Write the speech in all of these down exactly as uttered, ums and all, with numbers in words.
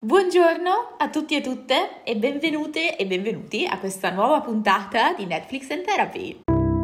Buongiorno a tutti e tutte e benvenute e benvenuti a questa nuova puntata di Netflix and Therapy.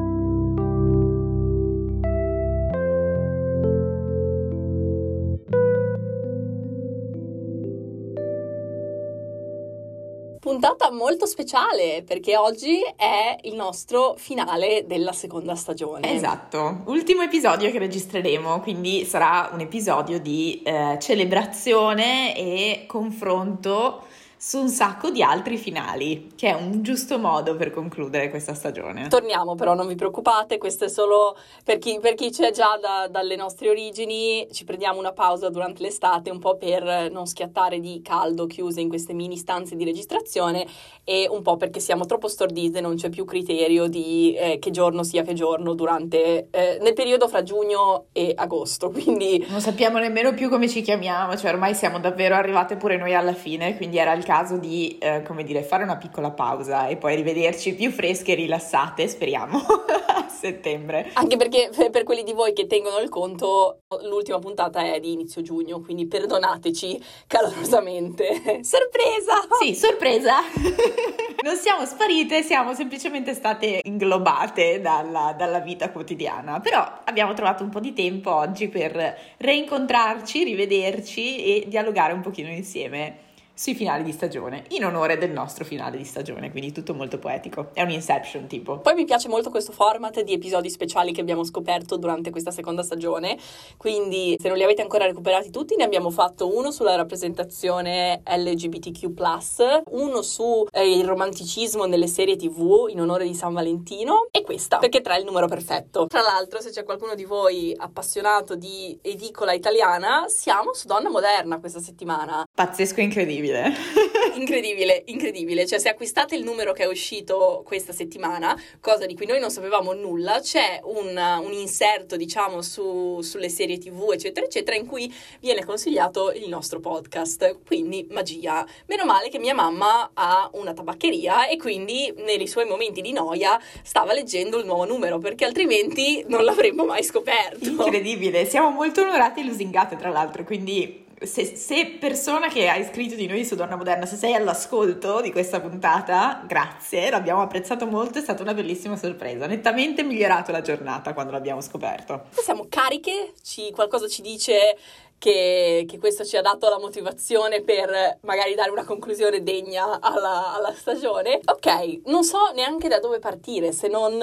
Puntata molto speciale perché oggi è il nostro finale della seconda stagione. Esatto, ultimo episodio che registreremo, quindi sarà un episodio di eh, celebrazione e confronto su un sacco di altri finali, che è un giusto modo per concludere questa stagione. Torniamo però, non vi preoccupate, questo è solo per chi, per chi c'è già da, dalle nostre origini. Ci prendiamo una pausa durante l'estate un po' per non schiattare di caldo chiuse in queste mini stanze di registrazione e un po' perché siamo troppo stordite, non c'è più criterio di eh, che giorno sia che giorno durante eh, nel periodo fra giugno e agosto, quindi non sappiamo nemmeno più come ci chiamiamo, cioè ormai siamo davvero arrivate pure noi alla fine, quindi era il caso di, eh, come dire, fare una piccola pausa e poi rivederci più fresche e rilassate, speriamo, a settembre. Anche perché per quelli di voi che tengono il conto, l'ultima puntata è di inizio giugno, quindi perdonateci calorosamente. Sorpresa! Sì, sorpresa! Non siamo sparite, siamo semplicemente state inglobate dalla, dalla vita quotidiana, però abbiamo trovato un po' di tempo oggi per reincontrarci, rivederci e dialogare un pochino insieme sui finali di stagione, in onore del nostro finale di stagione, quindi tutto molto poetico. È un Inception tipo. Poi mi piace molto questo format di episodi speciali che abbiamo scoperto durante questa seconda stagione, quindi se non li avete ancora recuperati tutti, ne abbiamo fatto uno sulla rappresentazione L G B T Q plus, uno su eh, il romanticismo nelle serie tv in onore di San Valentino e questa, perché tre è il numero perfetto. Tra l'altro, se c'è qualcuno di voi appassionato di edicola italiana, siamo su Donna Moderna questa settimana. Pazzesco, incredibile. Incredibile, incredibile, cioè se acquistate il numero che è uscito questa settimana, cosa di cui noi non sapevamo nulla, c'è un, un inserto diciamo su, sulle serie tv eccetera eccetera in cui viene consigliato il nostro podcast, quindi magia. Meno male che mia mamma ha una tabaccheria e quindi nei suoi momenti di noia stava leggendo il nuovo numero, perché altrimenti non l'avremmo mai scoperto. Incredibile, siamo molto onorate e lusingate tra l'altro, quindi Se, se persona che hai scritto di noi su Donna Moderna, se sei all'ascolto di questa puntata, grazie, l'abbiamo apprezzato molto, è stata una bellissima sorpresa, nettamente migliorato la giornata quando l'abbiamo scoperto. Siamo cariche, ci, qualcosa ci dice che, che questo ci ha dato la motivazione per magari dare una conclusione degna alla, alla stagione. Ok, non so neanche da dove partire, se non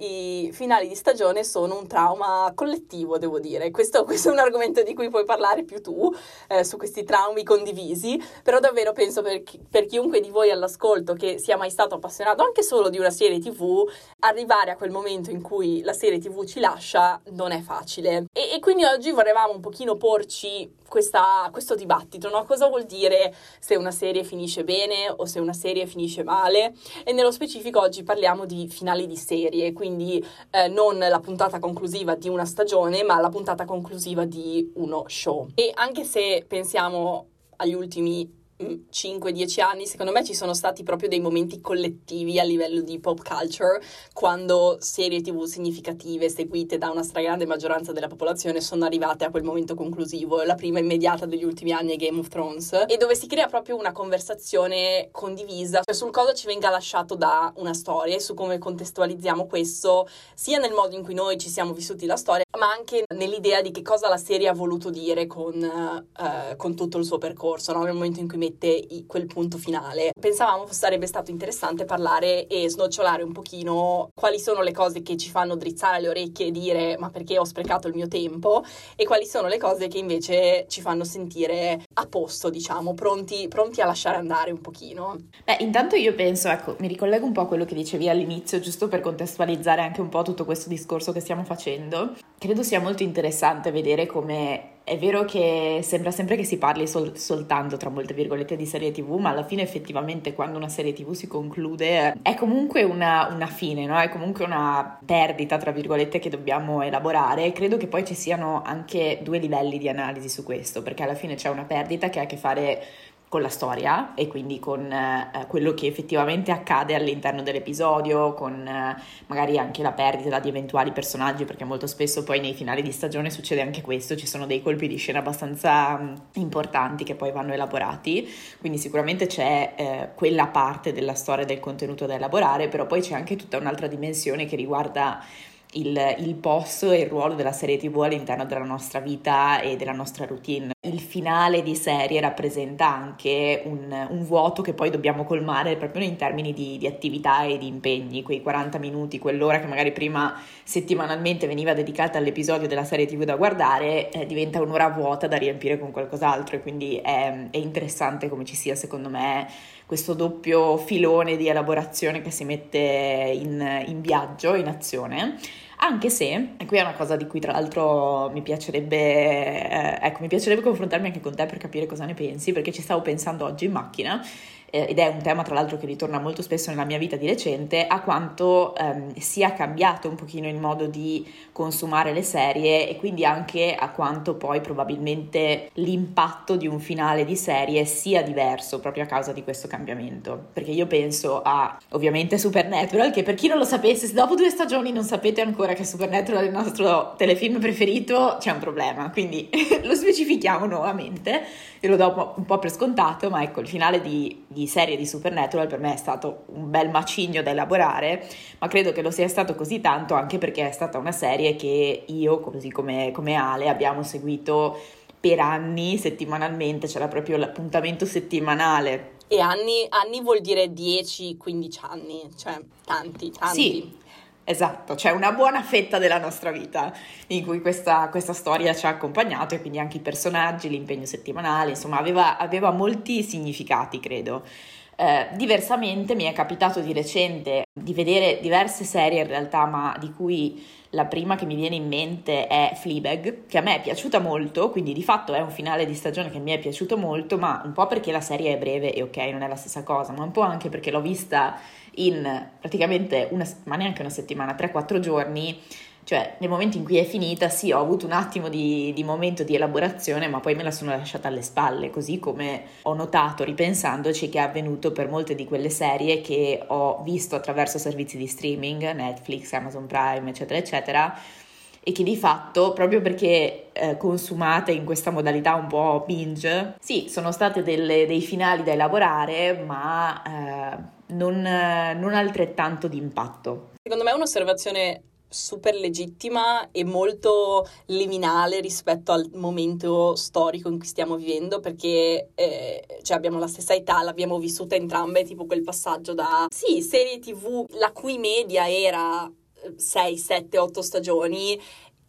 i finali di stagione sono un trauma collettivo, devo dire. Questo, questo è un argomento di cui puoi parlare più tu, eh, su questi traumi condivisi, però davvero penso per, chi, per chiunque di voi all'ascolto che sia mai stato appassionato anche solo di una serie tv, arrivare a quel momento in cui la serie tv ci lascia non è facile. E, e quindi oggi volevamo un pochino porci Questa, questo dibattito, no? Cosa vuol dire se una serie finisce bene o se una serie finisce male? E nello specifico oggi parliamo di finali di serie, quindi eh, non la puntata conclusiva di una stagione, ma la puntata conclusiva di uno show. E anche se pensiamo agli ultimi cinque dieci anni, secondo me ci sono stati proprio dei momenti collettivi a livello di pop culture quando serie tv significative seguite da una stragrande maggioranza della popolazione sono arrivate a quel momento conclusivo. La prima immediata degli ultimi anni è Game of Thrones, e dove si crea proprio una conversazione condivisa, cioè sul cosa ci venga lasciato da una storia e su come contestualizziamo questo sia nel modo in cui noi ci siamo vissuti la storia, ma anche nell'idea di che cosa la serie ha voluto dire con, uh, con tutto il suo percorso, no? Nel momento in cui quel punto finale. Pensavamo sarebbe stato interessante parlare e snocciolare un pochino quali sono le cose che ci fanno drizzare le orecchie e dire ma perché ho sprecato il mio tempo, e quali sono le cose che invece ci fanno sentire a posto, diciamo, pronti, pronti a lasciare andare un pochino. Beh, intanto io penso, ecco, mi ricollego un po' a quello che dicevi all'inizio, giusto per contestualizzare anche un po' tutto questo discorso che stiamo facendo. Credo sia molto interessante vedere come è vero che sembra sempre che si parli sol- soltanto, tra molte virgolette, di serie tv, ma alla fine effettivamente quando una serie tv si conclude è comunque una, una fine, no? È comunque una perdita, tra virgolette, che dobbiamo elaborare. Credo che poi ci siano anche due livelli di analisi su questo, perché alla fine c'è una perdita che ha a che fare con la storia e quindi con eh, quello che effettivamente accade all'interno dell'episodio, con eh, magari anche la perdita di eventuali personaggi, perché molto spesso poi nei finali di stagione succede anche questo, ci sono dei colpi di scena abbastanza mh, importanti che poi vanno elaborati, quindi sicuramente c'è eh, quella parte della storia del contenuto da elaborare, però poi c'è anche tutta un'altra dimensione che riguarda Il, il posto e il ruolo della serie tv all'interno della nostra vita e della nostra routine. Il finale di serie rappresenta anche un, un vuoto che poi dobbiamo colmare proprio in termini di, di attività e di impegni, quei quaranta minuti, quell'ora che magari prima settimanalmente veniva dedicata all'episodio della serie tv da guardare, eh, diventa un'ora vuota da riempire con qualcos'altro, e quindi è, è interessante come ci sia, secondo me, questo doppio filone di elaborazione che si mette in, in viaggio, in azione, anche se, e qui è una cosa di cui tra l'altro mi piacerebbe, eh, ecco, mi piacerebbe confrontarmi anche con te per capire cosa ne pensi, perché ci stavo pensando oggi in macchina, eh, ed è un tema tra l'altro che ritorna molto spesso nella mia vita di recente, a quanto ehm, sia cambiato un pochino il modo di consumare le serie, e quindi anche a quanto poi probabilmente l'impatto di un finale di serie sia diverso proprio a causa di questo cambiamento. Perché io penso a, ovviamente, Supernatural, che per chi non lo sapesse, se dopo due stagioni non sapete ancora che Supernatural è il nostro telefilm preferito, c'è un problema, quindi lo specifichiamo nuovamente, e lo do un po' per scontato, ma ecco, il finale di, di serie di Supernatural per me è stato un bel macigno da elaborare, ma credo che lo sia stato così tanto anche perché è stata una serie che io, così come, come Ale, abbiamo seguito per anni, settimanalmente, c'era proprio l'appuntamento settimanale. E anni, anni vuol dire dieci quindici anni, cioè tanti, tanti. Sì, esatto, c'è una buona fetta della nostra vita in cui questa, questa storia ci ha accompagnato, e quindi anche i personaggi, l'impegno settimanale, insomma aveva, aveva molti significati, credo. Eh, diversamente mi è capitato di recente di vedere diverse serie in realtà, ma di cui la prima che mi viene in mente è Fleabag, che a me è piaciuta molto, quindi di fatto è un finale di stagione che mi è piaciuto molto, ma un po' perché la serie è breve e ok, non è la stessa cosa, ma un po' anche perché l'ho vista in praticamente una, ma neanche una settimana, tre quattro giorni. Cioè, nel momento in cui è finita, sì, ho avuto un attimo di, di momento di elaborazione, ma poi me la sono lasciata alle spalle, così come ho notato, ripensandoci, che è avvenuto per molte di quelle serie che ho visto attraverso servizi di streaming, Netflix, Amazon Prime, eccetera, eccetera, e che di fatto, proprio perché eh, consumate in questa modalità un po' binge, sì, sono state delle, dei finali da elaborare, ma eh, non, non altrettanto di impatto. Secondo me è un'osservazione super legittima e molto liminale rispetto al momento storico in cui stiamo vivendo, perché eh, cioè abbiamo la stessa età, l'abbiamo vissuta entrambe, tipo quel passaggio da sì, serie tv la cui media era sei, sette, otto stagioni,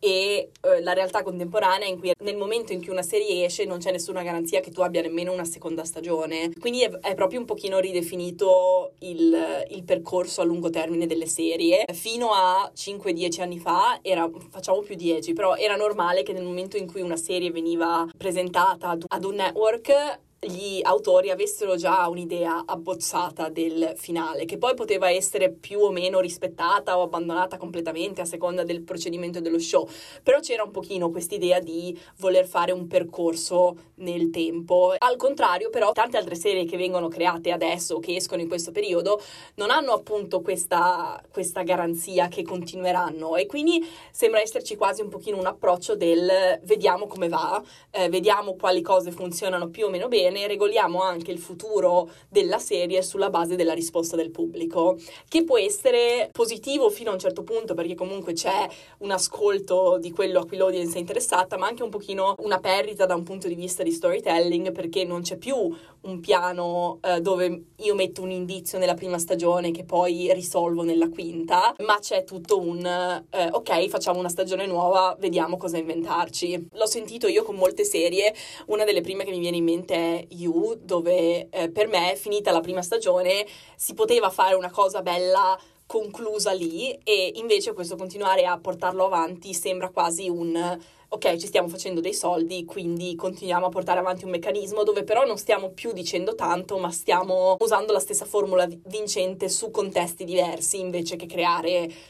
e eh, la realtà contemporanea in cui nel momento in cui una serie esce non c'è nessuna garanzia che tu abbia nemmeno una seconda stagione, quindi è, è proprio un pochino ridefinito il, il percorso a lungo termine delle serie. Fino a cinque dieci anni fa era, facciamo più dieci, però era normale che nel momento in cui una serie veniva presentata ad, ad un network gli autori avessero già un'idea abbozzata del finale, che poi poteva essere più o meno rispettata o abbandonata completamente a seconda del procedimento dello show, però c'era un pochino quest'idea di voler fare un percorso nel tempo. Al contrario, però, tante altre serie che vengono create adesso, che escono in questo periodo, non hanno appunto questa, questa garanzia che continueranno, e quindi sembra esserci quasi un pochino un approccio del vediamo come va, eh, vediamo quali cose funzionano più o meno bene, ne regoliamo anche il futuro della serie sulla base della risposta del pubblico, che può essere positivo fino a un certo punto, perché comunque c'è un ascolto di quello a cui l'audience è interessata, ma anche un pochino una perdita da un punto di vista di storytelling, perché non c'è più un piano eh, dove io metto un indizio nella prima stagione che poi risolvo nella quinta, ma c'è tutto un eh, ok, facciamo una stagione nuova, vediamo cosa inventarci. L'ho sentito io con molte serie, una delle prime che mi viene in mente è You, dove eh, per me, finita la prima stagione, si poteva fare una cosa bella conclusa lì, e invece questo continuare a portarlo avanti sembra quasi un ok, ci stiamo facendo dei soldi, quindi continuiamo a portare avanti un meccanismo dove però non stiamo più dicendo tanto, ma stiamo usando la stessa formula vincente su contesti diversi, invece che creare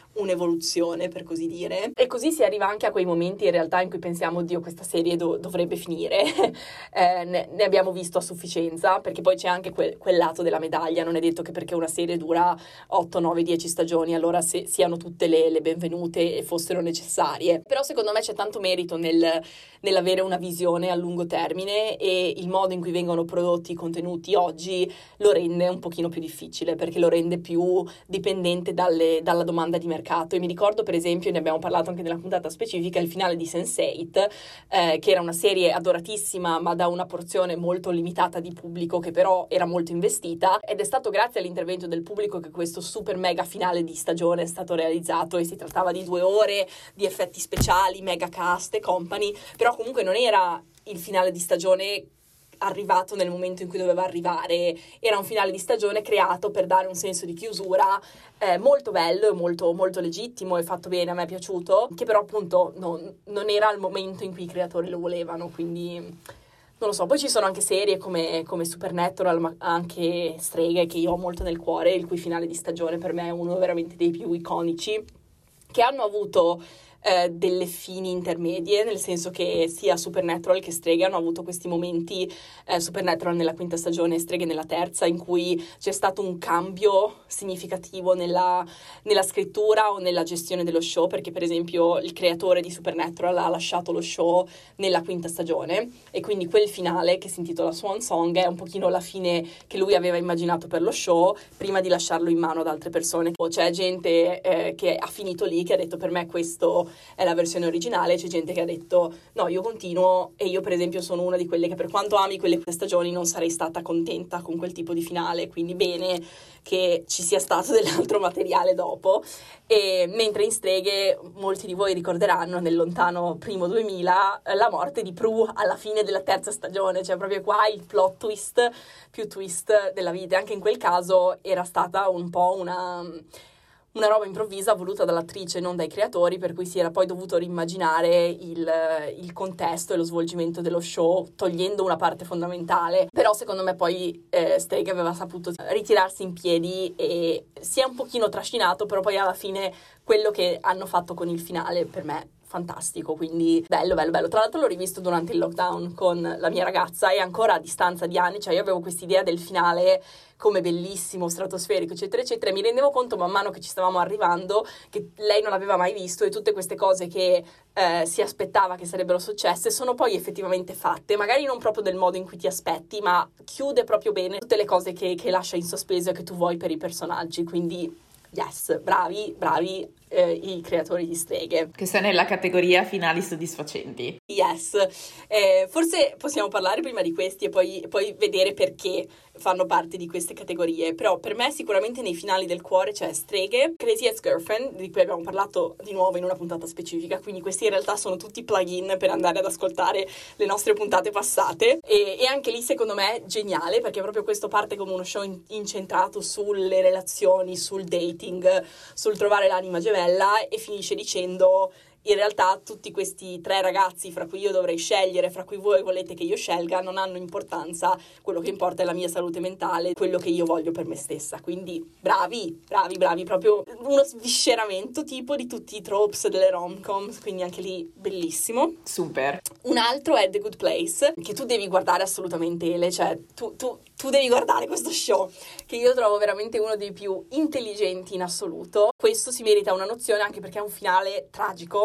un'evoluzione, per così dire. E così si arriva anche a quei momenti in realtà in cui pensiamo, Dio, questa serie do- dovrebbe finire. eh, ne-, ne abbiamo visto a sufficienza, perché poi c'è anche quel, quel lato della medaglia. Non è detto che perché una serie dura otto, nove, dieci stagioni allora se- siano tutte le, le benvenute e fossero necessarie. Però secondo me c'è tanto merito nel, nell'avere una visione a lungo termine, e il modo in cui vengono prodotti i contenuti oggi lo rende un pochino più difficile, perché lo rende più dipendente dalle, dalla domanda di mercato. E mi ricordo, per esempio, ne abbiamo parlato anche nella puntata specifica, il finale di sense eight, eh, che era una serie adoratissima ma da una porzione molto limitata di pubblico, che però era molto investita, ed è stato grazie all'intervento del pubblico che questo super mega finale di stagione è stato realizzato, e si trattava di due ore di effetti speciali, mega cast e company, però comunque non era il finale di stagione arrivato nel momento in cui doveva arrivare, era un finale di stagione creato per dare un senso di chiusura eh, molto bello e molto, molto legittimo e fatto bene, a me è piaciuto, che però appunto non, non era il momento in cui i creatori lo volevano, quindi non lo so. Poi ci sono anche serie come, come Supernatural, ma anche Streghe, che io ho molto nel cuore, il cui finale di stagione per me è uno veramente dei più iconici, che hanno avuto Eh, delle fini intermedie, nel senso che sia Supernatural che Streghe hanno avuto questi momenti, eh, Supernatural nella quinta stagione e Streghe nella terza, in cui c'è stato un cambio significativo nella, nella scrittura o nella gestione dello show, perché per esempio il creatore di Supernatural ha lasciato lo show nella quinta stagione, e quindi quel finale, che si intitola Swan Song, è un pochino la fine che lui aveva immaginato per lo show prima di lasciarlo in mano ad altre persone. C'è gente eh, che ha finito lì, che ha detto per me questo è la versione originale, c'è gente che ha detto no, io continuo, e io per esempio sono una di quelle che, per quanto ami quelle stagioni, non sarei stata contenta con quel tipo di finale, quindi bene che ci sia stato dell'altro materiale dopo. E mentre in Streghe molti di voi ricorderanno, nel lontano primo duemila, la morte di Prue alla fine della terza stagione, cioè proprio qua il plot twist più twist della vita. Anche in quel caso era stata un po' una una roba improvvisa voluta dall'attrice, non dai creatori, per cui si era poi dovuto rimmaginare il, il contesto e lo svolgimento dello show, togliendo una parte fondamentale. Però secondo me poi eh, Streghe aveva saputo ritirarsi in piedi, e si è un pochino trascinato, però poi alla fine quello che hanno fatto con il finale per me fantastico, quindi bello, bello, bello. Tra l'altro l'ho rivisto durante il lockdown con la mia ragazza, e ancora a distanza di anni, cioè io avevo quest'idea del finale come bellissimo, stratosferico, eccetera, eccetera, e mi rendevo conto man mano che ci stavamo arrivando che lei non l'aveva mai visto, e tutte queste cose che eh, si aspettava che sarebbero successe sono poi effettivamente fatte, magari non proprio del modo in cui ti aspetti, ma chiude proprio bene tutte le cose che, che lascia in sospeso e che tu vuoi per i personaggi, quindi yes, bravi, bravi eh, i creatori di Streghe. Che sei nella categoria finali soddisfacenti. Yes, eh, forse possiamo parlare prima di questi e poi, poi vedere perché fanno parte di queste categorie, però per me sicuramente nei finali del cuore c'è Streghe, Crazy Ex-Girlfriend, di cui abbiamo parlato di nuovo in una puntata specifica, quindi questi in realtà sono tutti plugin per andare ad ascoltare le nostre puntate passate, e, e anche lì secondo me è geniale, perché proprio questo parte come uno show in, incentrato sulle relazioni, sul dating, sul trovare l'anima gemella, e finisce dicendo in realtà tutti questi tre ragazzi fra cui io dovrei scegliere, fra cui voi volete che io scelga, non hanno importanza, quello che importa è la mia salute mentale, quello che io voglio per me stessa. Quindi bravi, bravi, bravi, proprio uno svisceramento tipo di tutti i tropes delle rom-com, quindi anche lì bellissimo. Super. Un altro è The Good Place, che tu devi guardare assolutamente, Ele, cioè tu, tu, tu devi guardare questo show, che io trovo veramente uno dei più intelligenti in assoluto. Questo si merita una nozione anche perché è un finale tragico,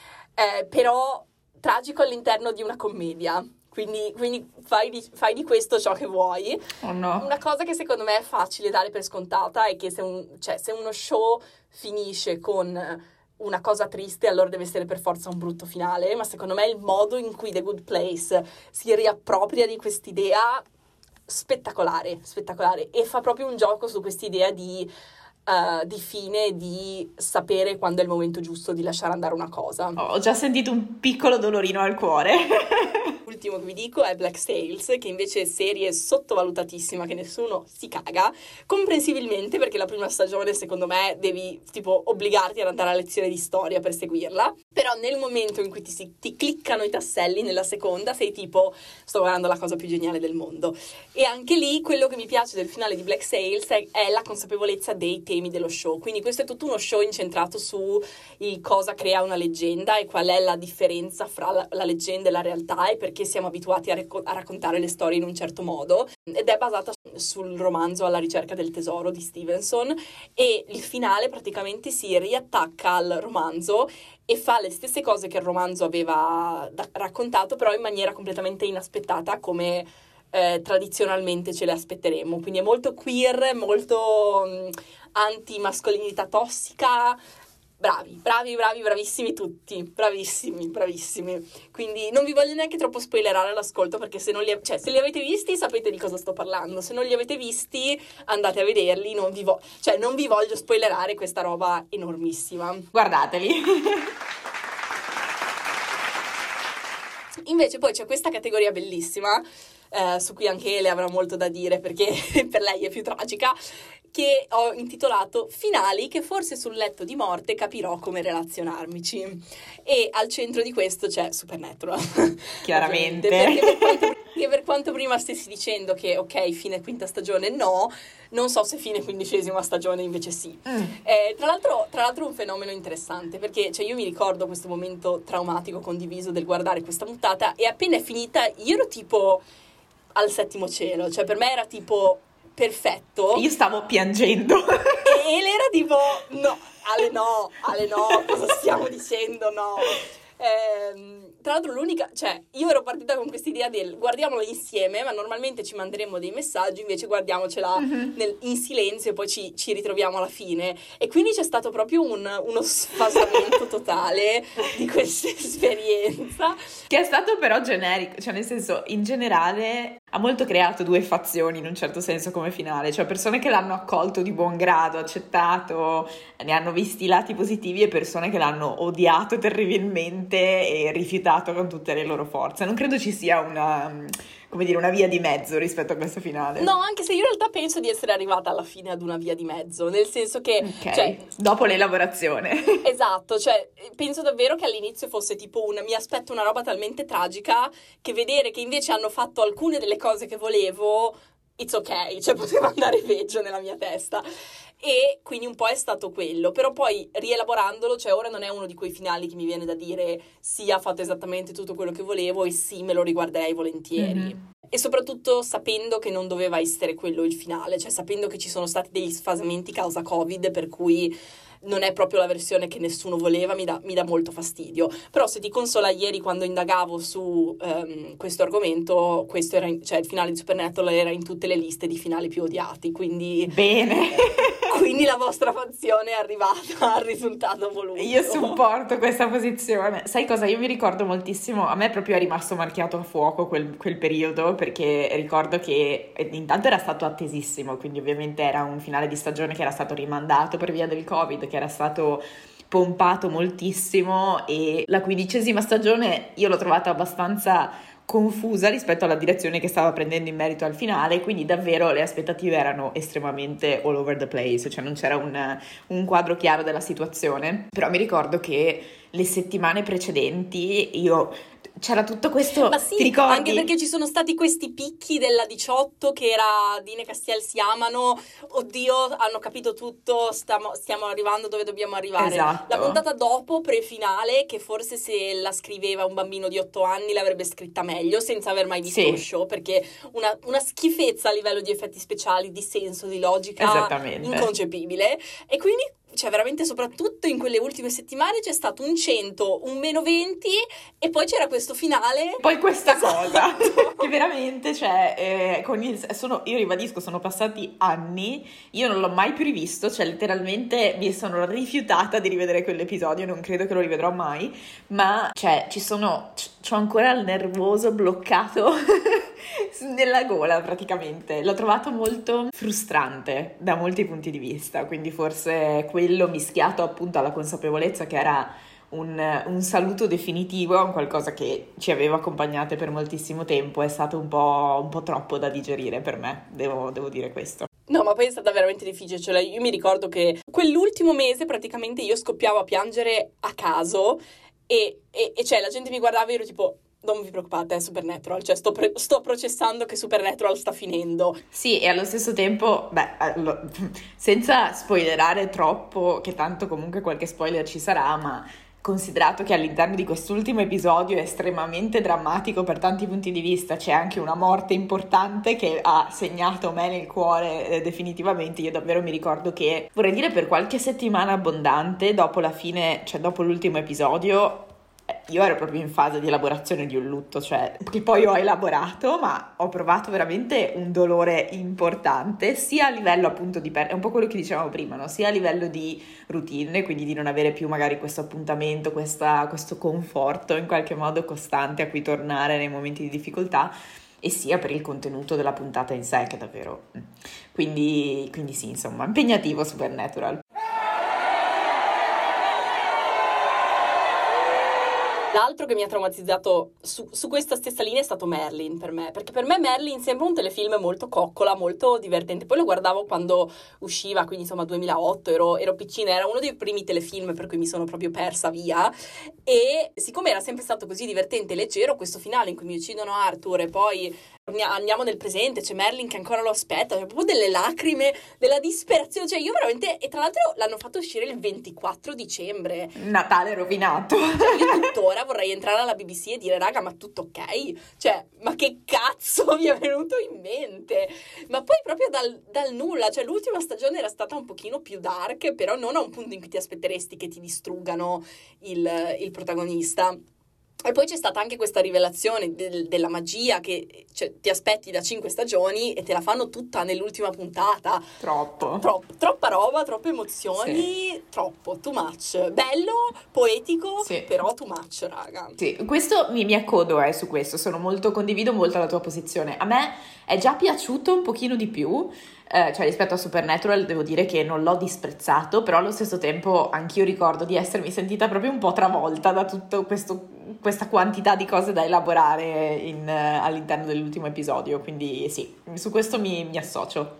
Eh, però tragico all'interno di una commedia, quindi, quindi fai, di, fai di questo ciò che vuoi. Oh no. Una cosa che secondo me è facile dare per scontata è che se, un, cioè, se uno show finisce con una cosa triste, allora deve essere per forza un brutto finale, ma secondo me il modo in cui The Good Place si riappropria di quest'idea spettacolare, spettacolare, e fa proprio un gioco su quest'idea di Uh, di fine, di sapere quando è il momento giusto di lasciare andare una cosa. Ho già sentito un piccolo dolorino al cuore. l'ultimo che vi dico è Black Sails, che invece è serie sottovalutatissima, che nessuno si caga, comprensibilmente, perché la prima stagione secondo me devi tipo obbligarti ad andare a lezione di storia per seguirla, però nel momento in cui ti, si, ti cliccano i tasselli nella seconda sei tipo sto guardando la cosa più geniale del mondo. E anche lì quello che mi piace del finale di Black Sails è, è la consapevolezza dei temi dello show, quindi questo è tutto uno show incentrato su il cosa crea una leggenda e qual è la differenza fra la, la leggenda e la realtà e perché siamo abituati a, rec- a raccontare le storie in un certo modo, ed è basata sul romanzo Alla ricerca del tesoro di Stevenson, e il finale praticamente si riattacca al romanzo e fa le stesse cose che il romanzo aveva da- raccontato, però in maniera completamente inaspettata, come eh, tradizionalmente ce le aspetteremmo. Quindi è molto queer, molto mh, anti-mascolinità tossica. Bravi, bravi, bravi, bravissimi tutti, bravissimi, bravissimi. Quindi non vi voglio neanche troppo spoilerare l'ascolto, perché se non li, cioè, se li avete visti sapete di cosa sto parlando, se non li avete visti andate a vederli, non vi, vo- cioè, non vi voglio spoilerare questa roba enormissima. Guardateli. Invece poi c'è questa categoria bellissima, eh, su cui anche Ele avrà molto da dire, perché per lei è più tragica, che ho intitolato Finali che forse sul letto di morte capirò come relazionarmici. E al centro di questo c'è Supernatural. Chiaramente. Perché per, quanto, perché per quanto prima stessi dicendo che ok, fine quinta stagione no, non so se fine quindicesima stagione invece sì. Mm. Eh, tra l'altro, tra l'altro un fenomeno interessante, perché cioè, io mi ricordo questo momento traumatico condiviso del guardare questa puntata, e appena è finita io ero tipo al settimo cielo, cioè per me era tipo perfetto. Io stavo piangendo. E Ele era tipo, no, Ale no, Ale no, cosa stiamo dicendo, no. Ehm, tra l'altro l'unica, cioè io ero partita con quest'idea del guardiamola insieme, ma normalmente ci manderemo dei messaggi, invece guardiamocela mm-hmm. nel, in silenzio e poi ci, ci ritroviamo alla fine, e quindi c'è stato proprio un, uno sfasamento totale di questa esperienza, che è stato però generico, cioè nel senso in generale ha molto creato due fazioni in un certo senso come finale, cioè persone che l'hanno accolto di buon grado, accettato, ne hanno visti i lati positivi, e persone che l'hanno odiato terribilmente e rifiutato con tutte le loro forze. Non credo ci sia una, come dire, una via di mezzo rispetto a questo finale. No, anche se io in realtà penso di essere arrivata alla fine ad una via di mezzo, nel senso che okay. cioè, dopo l'elaborazione. Esatto, cioè penso davvero che all'inizio fosse tipo un mi aspetto una roba talmente tragica che vedere che invece hanno fatto alcune delle cose che volevo, it's ok, cioè poteva andare peggio nella mia testa. E quindi un po' è stato quello, però poi rielaborandolo, cioè ora non è uno di quei finali che mi viene da dire sì, ha fatto esattamente tutto quello che volevo e sì, me lo riguarderei volentieri. Mm-hmm. E soprattutto sapendo che non doveva essere quello il finale, cioè sapendo che ci sono stati degli sfasamenti causa Covid, per cui non è proprio la versione che nessuno voleva, mi dà, mi dà molto fastidio. Però se ti consola, ieri quando indagavo su um, questo argomento, questo era in, cioè il finale di Supernatural era in tutte le liste di finali più odiati, quindi bene. Quindi la vostra fazione è arrivata al risultato voluto. Io supporto questa posizione. Sai cosa? Io mi ricordo moltissimo, a me proprio è rimasto marchiato a fuoco quel, quel periodo, perché ricordo che intanto era stato attesissimo, quindi ovviamente era un finale di stagione che era stato rimandato per via del Covid, che era stato pompato moltissimo, e la quindicesima stagione io l'ho trovata abbastanza confusa rispetto alla direzione che stava prendendo in merito al finale, quindi davvero le aspettative erano estremamente all over the place, cioè non c'era un, un quadro chiaro della situazione. Però mi ricordo che le settimane precedenti io c'era tutto questo, ma sì, ti ricordi? Anche perché ci sono stati questi picchi della diciotto che era Dean e Castiel si amano, oddio hanno capito tutto, stiamo, stiamo arrivando dove dobbiamo arrivare. Esatto. La puntata dopo, pre-finale, che forse se la scriveva un bambino di otto anni l'avrebbe scritta meglio senza aver mai visto sì. lo show, perché una, una schifezza a livello di effetti speciali, di senso, di logica inconcepibile. E quindi cioè veramente soprattutto in quelle ultime settimane c'è stato un cento, un meno venti, e poi c'era questo finale, poi questa esatto. cosa che veramente cioè eh, con il, sono, io ribadisco, sono passati anni, io non l'ho mai più rivisto, cioè letteralmente mi sono rifiutata di rivedere quell'episodio, non credo che lo rivedrò mai, ma cioè ci sono c'ho ancora il nervoso bloccato nella gola praticamente. L'ho trovato molto frustrante da molti punti di vista, quindi forse quello mischiato appunto alla consapevolezza che era un, un saluto definitivo a un qualcosa che ci aveva accompagnate per moltissimo tempo. È stato un po', un po' troppo da digerire per me, devo, devo dire questo. No, ma poi è stata veramente difficile, cioè io mi ricordo che quell'ultimo mese praticamente io scoppiavo a piangere a caso e, e, e cioè la gente mi guardava e ero tipo... Non vi preoccupate, è Supernatural, cioè sto, pre- sto processando che Supernatural sta finendo. Sì, e allo stesso tempo, beh, allo- senza spoilerare troppo, che tanto comunque qualche spoiler ci sarà, ma considerato che all'interno di quest'ultimo episodio è estremamente drammatico per tanti punti di vista, c'è anche una morte importante che ha segnato me nel cuore eh, definitivamente. Io davvero mi ricordo che, vorrei dire per qualche settimana abbondante, dopo la fine, cioè dopo l'ultimo episodio, io ero proprio in fase di elaborazione di un lutto, cioè che poi ho elaborato, ma ho provato veramente un dolore importante, sia a livello appunto di, per- è un po' quello che dicevamo prima, no? Sia a livello di routine, quindi di non avere più magari questo appuntamento, questa, questo conforto in qualche modo costante a cui tornare nei momenti di difficoltà, e sia per il contenuto della puntata in sé, che davvero... Quindi, quindi sì, insomma, impegnativo Supernatural. L'altro che mi ha traumatizzato su, su questa stessa linea è stato Merlin per me, perché per me Merlin sembra un telefilm molto coccola, molto divertente. Poi lo guardavo quando usciva, quindi insomma duemilaotto, ero, ero piccina, era uno dei primi telefilm per cui mi sono proprio persa via, e siccome era sempre stato così divertente e leggero, questo finale in cui mi uccidono Arthur e poi andiamo nel presente, c'è Merlin che ancora lo aspetta, c'è proprio delle lacrime, della disperazione, cioè io veramente, e tra l'altro l'hanno fatto uscire il ventiquattro dicembre. Natale rovinato. Cioè io tuttora vorrei entrare alla B B C e dire raga, ma tutto ok? Cioè, ma che cazzo mi è venuto in mente? Ma poi proprio dal, dal nulla, cioè l'ultima stagione era stata un pochino più dark, però non a un punto in cui ti aspetteresti che ti distruggano il, il protagonista. E poi c'è stata anche questa rivelazione del, della magia che cioè, ti aspetti da cinque stagioni e te la fanno tutta nell'ultima puntata. Troppo. Tro- troppa roba, troppe emozioni, Sì. troppo, too much. Bello, poetico, Sì. però too much, raga. Sì, questo mi, mi accodo eh, su questo, sono molto, condivido molto la tua posizione. A me è già piaciuto un pochino di più, eh, cioè rispetto a Supernatural devo dire che non l'ho disprezzato, però allo stesso tempo anch'io ricordo di essermi sentita proprio un po' travolta da tutto questo, questa quantità di cose da elaborare in, eh, all'interno dell'ultimo episodio, quindi sì, su questo mi, mi associo.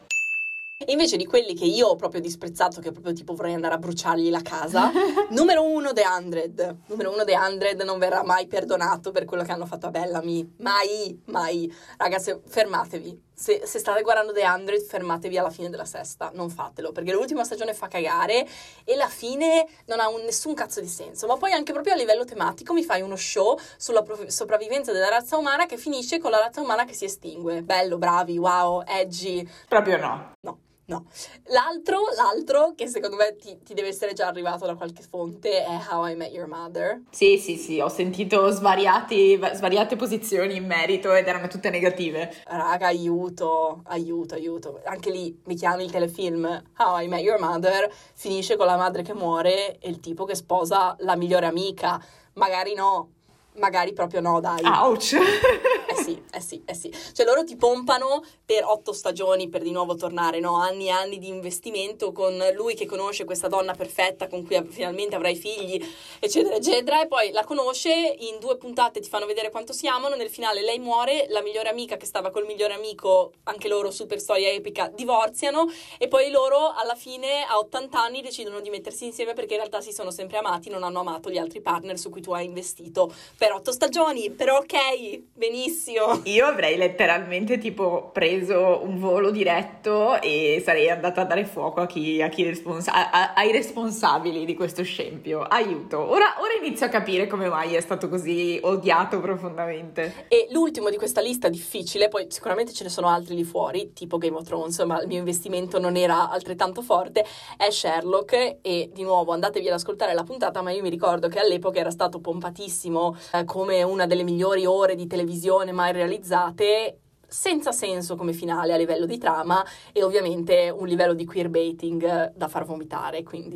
E invece di quelli che io ho proprio disprezzato, che proprio tipo vorrei andare a bruciargli la casa, numero uno The Hundred. Numero uno The Hundred non verrà mai perdonato per quello che hanno fatto a Bellamy. Mai, mai. Ragazzi, fermatevi. Se, se state guardando The Hundred, fermatevi alla fine della sesta. Non fatelo, perché l'ultima stagione fa cagare e la fine non ha un, nessun cazzo di senso. Ma poi anche proprio a livello tematico mi fai uno show sulla pro- sopravvivenza della razza umana che finisce con la razza umana che si estingue. Bello, bravi, wow, edgy. Proprio no. No. No, l'altro, l'altro che secondo me ti, ti deve essere già arrivato da qualche fonte è How I Met Your Mother. Sì, sì, sì, ho sentito svariati, svariate posizioni in merito ed erano tutte negative. Raga, aiuto, aiuto, aiuto. Anche lì mi chiami il telefilm How I Met Your Mother, finisce con la madre che muore e il tipo che sposa la migliore amica. Magari no, magari proprio no, dai. Ouch! Eh sì, eh sì, eh sì. Cioè loro ti pompano per otto stagioni per di nuovo tornare, no? Anni e anni di investimento con lui che conosce questa donna perfetta con cui finalmente avrai figli, eccetera, eccetera. E poi la conosce, in due puntate ti fanno vedere quanto si amano, nel finale lei muore, la migliore amica che stava col migliore amico, anche loro super storia epica, divorziano e poi loro alla fine a ottanta anni decidono di mettersi insieme perché in realtà si sono sempre amati, non hanno amato gli altri partner su cui tu hai investito per otto stagioni, però ok, benissimo. Io avrei letteralmente tipo preso un volo diretto e sarei andata a dare fuoco a chi, a chi responsa- a, a, ai responsabili di questo scempio. Aiuto. Ora, ora inizio a capire come mai è stato così odiato profondamente. E l'ultimo di questa lista difficile, poi sicuramente ce ne sono altri lì fuori, tipo Game of Thrones, ma il mio investimento non era altrettanto forte, è Sherlock. E di nuovo andatevi ad ascoltare la puntata, ma io mi ricordo che all'epoca era stato pompatissimo eh, come una delle migliori ore di televisione mai realizzate, senza senso come finale a livello di trama e ovviamente un livello di queerbaiting da far vomitare, quindi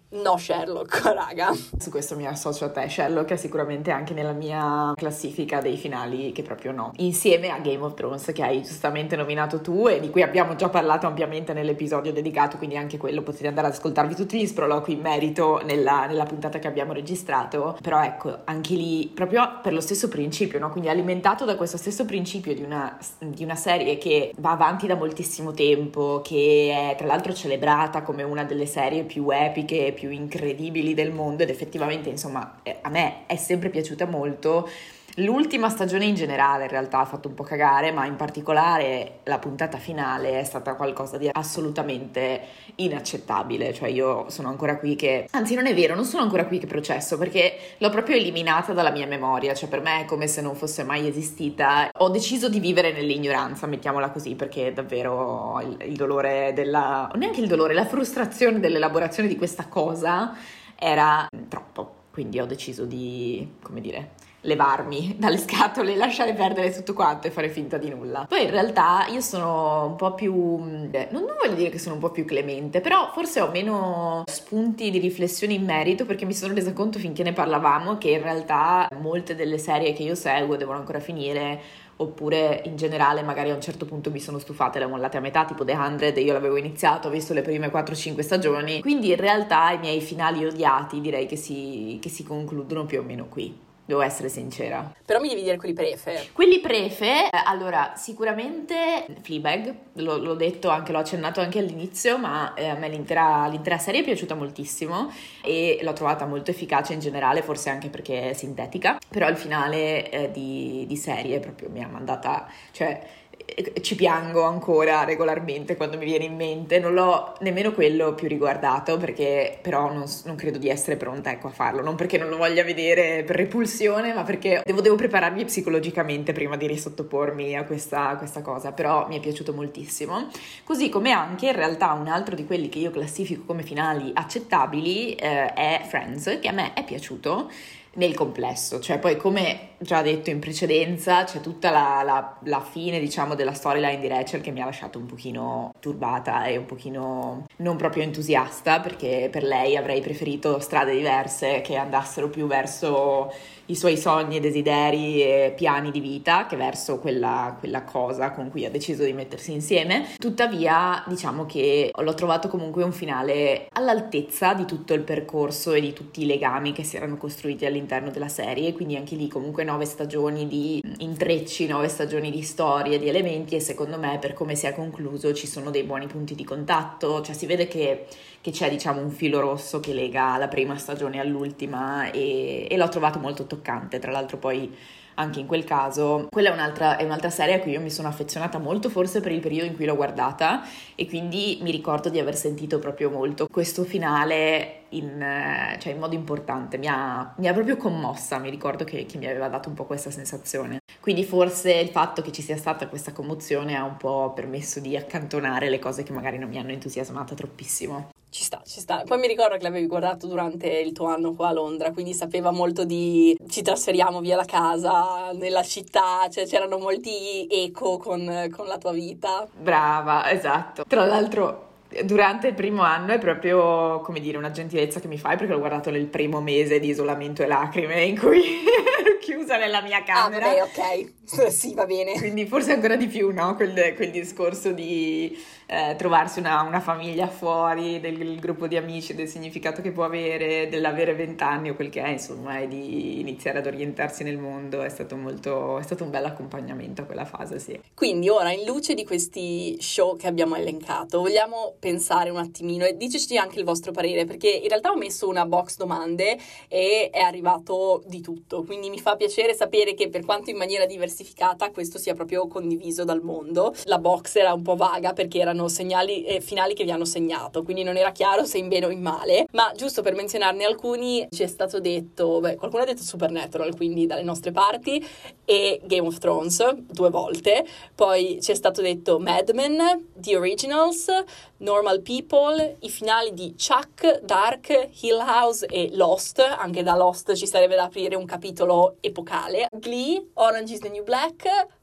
No Sherlock, raga. Su questo mi associo a te, Sherlock è sicuramente anche nella mia classifica dei finali che proprio no. Insieme a Game of Thrones, che hai giustamente nominato tu e di cui abbiamo già parlato ampiamente nell'episodio dedicato, quindi anche quello potete andare ad ascoltarvi tutti gli sproloqui in merito nella, nella puntata che abbiamo registrato. Però ecco, anche lì, proprio per lo stesso principio, no? Quindi alimentato da questo stesso principio di una, di una serie che va avanti da moltissimo tempo, che è tra l'altro celebrata come una delle serie più epiche, più incredibili del mondo, ed effettivamente insomma a me è sempre piaciuta molto. L'ultima stagione in generale in realtà ha fatto un po' cagare, ma in particolare la puntata finale è stata qualcosa di assolutamente inaccettabile. Cioè io sono ancora qui che, anzi non è vero, non sono ancora qui che processo, perché l'ho proprio eliminata dalla mia memoria. Cioè per me è come se non fosse mai esistita. Ho deciso di vivere nell'ignoranza, mettiamola così, perché davvero il, il dolore della, neanche il dolore, la frustrazione dell'elaborazione di questa cosa era troppo. Quindi ho deciso di, come dire, levarmi dalle scatole, lasciare perdere tutto quanto e fare finta di nulla. Poi in realtà io sono un po' più, non, non voglio dire che sono un po' più clemente, però forse ho meno spunti di riflessione in merito, perché mi sono resa conto finché ne parlavamo che in realtà molte delle serie che io seguo devono ancora finire, oppure in generale magari a un certo punto mi sono stufata e le ho mollate a metà, tipo The hundred, io l'avevo iniziato, ho visto le prime quattro cinque stagioni, quindi in realtà i miei finali odiati direi che si, che si concludono più o meno qui. Devo essere sincera. Però mi devi dire quelli prefe. Quelli prefe, eh, allora, sicuramente Fleabag, l'ho, l'ho detto anche, l'ho accennato anche all'inizio, ma eh, a me l'intera, l'intera serie è piaciuta moltissimo e l'ho trovata molto efficace in generale, forse anche perché è sintetica, però il finale eh, di, di serie proprio mi ha mandata, cioè ci piango ancora regolarmente quando mi viene in mente. Non l'ho nemmeno quello più riguardato, perché però non, non credo di essere pronta, ecco, a farlo, non perché non lo voglia vedere per repulsione, ma perché devo, devo prepararmi psicologicamente prima di risottopormi a questa, a questa cosa. Però mi è piaciuto moltissimo, così come anche in realtà un altro di quelli che io classifico come finali accettabili eh, è Friends, che a me è piaciuto nel complesso. Cioè poi, come già detto in precedenza, c'è tutta la, la, la fine, diciamo, della storyline di Rachel che mi ha lasciato un pochino turbata e un pochino non proprio entusiasta, perché per lei avrei preferito strade diverse che andassero più verso i suoi sogni e desideri e piani di vita che verso quella, quella cosa con cui ha deciso di mettersi insieme. Tuttavia diciamo che l'ho trovato comunque un finale all'altezza di tutto il percorso e di tutti i legami che si erano costruiti all'interno della serie, quindi anche lì comunque nove stagioni di intrecci, nove stagioni di storie, di elementi, e secondo me per come si è concluso ci sono dei buoni punti di contatto. Cioè si vede che, che c'è, diciamo, un filo rosso che lega la prima stagione all'ultima, e, e l'ho trovato molto toccante. Tra l'altro poi anche in quel caso quella è un'altra, è un'altra serie a cui io mi sono affezionata molto, forse per il periodo in cui l'ho guardata, e quindi mi ricordo di aver sentito proprio molto questo finale in, cioè in modo importante, mi ha, mi ha proprio commossa. Mi ricordo che, che mi aveva dato un po' questa sensazione, quindi forse il fatto che ci sia stata questa commozione ha un po' permesso di accantonare le cose che magari non mi hanno entusiasmata troppissimo. Ci sta, ci sta. Poi mi ricordo che l'avevi guardato durante il tuo anno qua a Londra, quindi sapeva molto di ci trasferiamo via la casa nella città, cioè c'erano molti eco con, con la tua vita. Brava, esatto. Tra l'altro durante il primo anno è proprio, come dire, una gentilezza che mi fai, perché l'ho guardato nel primo mese di isolamento e lacrime in cui ero chiusa nella mia camera. Ah, vabbè, ok. Sì, va bene. Quindi forse ancora di più, no? Quel, quel discorso di eh, trovarsi una, una famiglia fuori, del gruppo di amici, del significato che può avere, dell'avere vent'anni o quel che è, insomma, e di iniziare ad orientarsi nel mondo. È stato molto, è stato un bel accompagnamento a quella fase, sì. Quindi ora, in luce di questi show che abbiamo elencato, vogliamo pensare un attimino e diteci anche il vostro parere, perché in realtà ho messo una box domande e è arrivato di tutto, quindi mi fa piacere sapere che, per quanto in maniera diversificata, questo sia proprio condiviso dal mondo. La box era un po' vaga perché erano segnali e finali che vi hanno segnato, quindi non era chiaro se in bene o in male, ma giusto per menzionarne alcuni, ci è stato detto, beh, qualcuno ha detto Supernatural, quindi dalle nostre parti, e Game of Thrones due volte, poi ci è stato detto Mad Men, The Originals, Normal People, i finali di Chuck, Dark, Hill House e Lost. Anche da Lost ci sarebbe da aprire un capitolo epocale. Glee, Orange is the New Black,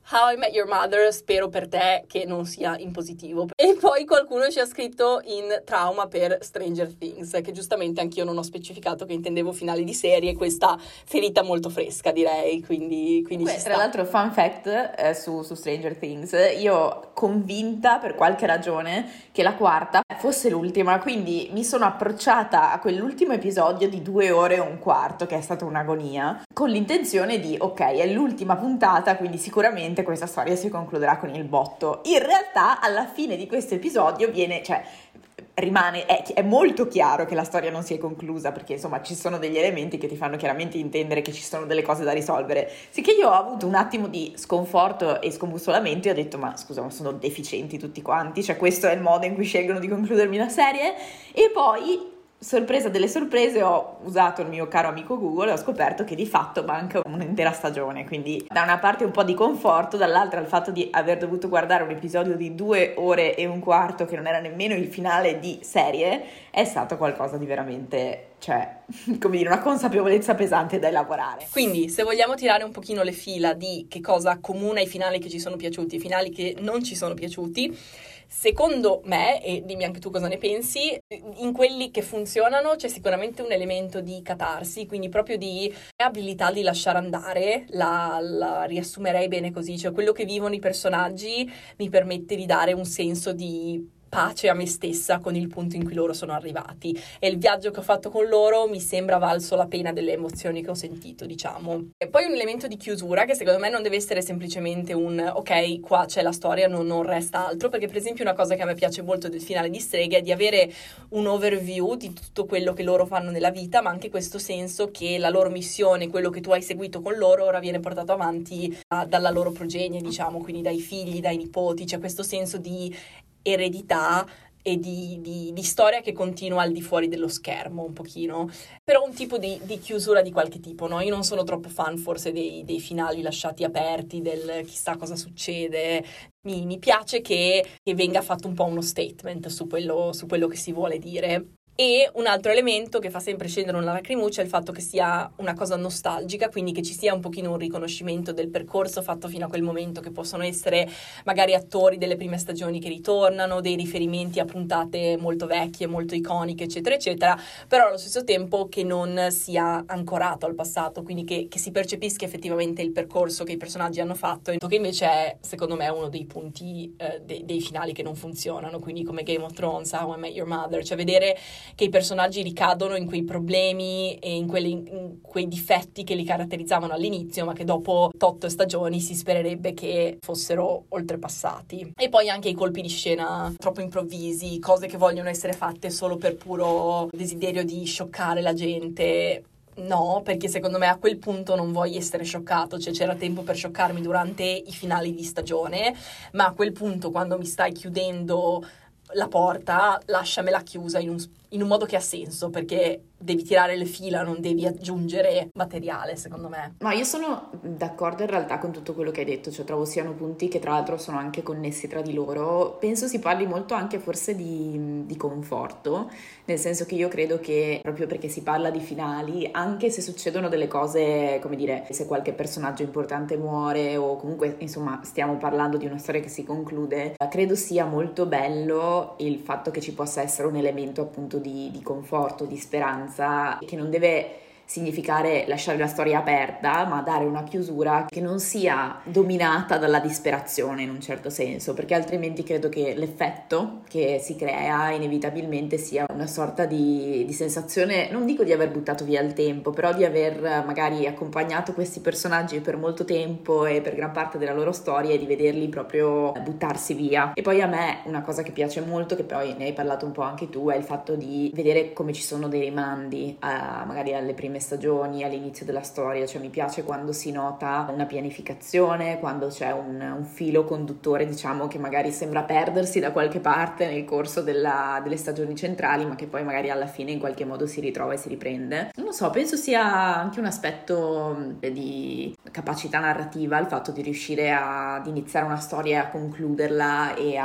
How I Met Your Mother, spero per te che non sia in positivo. E poi qualcuno ci ha scritto in trauma per Stranger Things, che giustamente anch'io non ho specificato che intendevo finali di serie, questa ferita molto fresca, direi, quindi, quindi Que- ci sta. Tra l'altro, fun fact eh, su, su Stranger Things, io convinta per qualche ragione che la quarta fosse l'ultima, quindi mi sono approcciata a quell'ultimo episodio di due ore e un quarto, che è stata un'agonia, con l'intenzione di, ok, è l'ultima puntata, quindi sicuramente questa storia si concluderà con il botto. In realtà, alla fine di questo episodio viene, cioè, rimane, è, è molto chiaro che la storia non si è conclusa, perché insomma ci sono degli elementi che ti fanno chiaramente intendere che ci sono delle cose da risolvere. Sicché io ho avuto un attimo di sconforto e scombussolamento e ho detto, ma scusa, ma sono deficienti tutti quanti? Cioè, questo è il modo in cui scelgono di concludermi la serie? E poi, sorpresa delle sorprese, ho usato il mio caro amico Google e ho scoperto che di fatto manca un'intera stagione, quindi da una parte un po' di conforto, dall'altra il fatto di aver dovuto guardare un episodio di due ore e un quarto che non era nemmeno il finale di serie è stato qualcosa di veramente, cioè, come dire, una consapevolezza pesante da elaborare. Quindi, se vogliamo tirare un pochino le fila di che cosa accomuna i finali che ci sono piaciuti e i finali che non ci sono piaciuti, secondo me, e dimmi anche tu cosa ne pensi, in quelli che funzionano c'è sicuramente un elemento di catarsi, quindi proprio di abilità di lasciare andare, la, la riassumerei bene così, cioè quello che vivono i personaggi mi permette di dare un senso di pace a me stessa con il punto in cui loro sono arrivati, e il viaggio che ho fatto con loro mi sembra valso la pena delle emozioni che ho sentito, diciamo. E poi un elemento di chiusura che secondo me non deve essere semplicemente un ok, qua c'è la storia, non, non resta altro, perché per esempio una cosa che a me piace molto del finale di Streghe è di avere un overview di tutto quello che loro fanno nella vita, ma anche questo senso che la loro missione, quello che tu hai seguito con loro, ora viene portato avanti uh, dalla loro progenie, diciamo, quindi dai figli, dai nipoti. C'è questo senso di eredità e di, di, di storia che continua al di fuori dello schermo un pochino, però un tipo di, di chiusura di qualche tipo, no? Io non sono troppo fan forse dei, dei finali lasciati aperti, del chissà cosa succede. Mi, mi piace che, che venga fatto un po' uno statement su quello, su quello che si vuole dire. E un altro elemento che fa sempre scendere una lacrimuccia è il fatto che sia una cosa nostalgica, quindi che ci sia un pochino un riconoscimento del percorso fatto fino a quel momento, che possono essere magari attori delle prime stagioni che ritornano, dei riferimenti a puntate molto vecchie, molto iconiche, eccetera, eccetera, però allo stesso tempo che non sia ancorato al passato, quindi che, che si percepisca effettivamente il percorso che i personaggi hanno fatto, che invece è, secondo me, uno dei punti eh, de- dei finali che non funzionano, quindi come Game of Thrones, How I Met Your Mother, cioè vedere che i personaggi ricadono in quei problemi e in, quelli, in quei difetti che li caratterizzavano all'inizio, ma che dopo otto stagioni si spererebbe che fossero oltrepassati. E poi anche i colpi di scena troppo improvvisi, cose che vogliono essere fatte solo per puro desiderio di scioccare la gente. No, perché secondo me a quel punto non vuoi essere scioccato, cioè c'era tempo per scioccarmi durante i finali di stagione, ma a quel punto, quando mi stai chiudendo la porta, lasciamela chiusa in un, in un modo che ha senso, perché devi tirare le fila, non devi aggiungere materiale, secondo me. No, io sono d'accordo in realtà con tutto quello che hai detto, cioè trovo siano punti che tra l'altro sono anche connessi tra di loro. Penso si parli molto anche forse di, di conforto, nel senso che io credo che proprio perché si parla di finali, anche se succedono delle cose, come dire, se qualche personaggio importante muore o comunque insomma stiamo parlando di una storia che si conclude, credo sia molto bello il fatto che ci possa essere un elemento appunto di, di conforto, di speranza, che non deve significare lasciare la storia aperta, ma dare una chiusura che non sia dominata dalla disperazione in un certo senso, perché altrimenti credo che l'effetto che si crea inevitabilmente sia una sorta di, di sensazione, non dico di aver buttato via il tempo, però di aver magari accompagnato questi personaggi per molto tempo e per gran parte della loro storia e di vederli proprio buttarsi via. E poi a me una cosa che piace molto, che poi ne hai parlato un po' anche tu, è il fatto di vedere come ci sono dei rimandi a, magari alle prime stagioni, all'inizio della storia, cioè mi piace quando si nota una pianificazione, quando c'è un, un filo conduttore, diciamo, che magari sembra perdersi da qualche parte nel corso della, delle stagioni centrali, ma che poi magari alla fine in qualche modo si ritrova e si riprende. Non lo so, penso sia anche un aspetto di capacità narrativa il fatto di riuscire ad iniziare una storia e a concluderla e a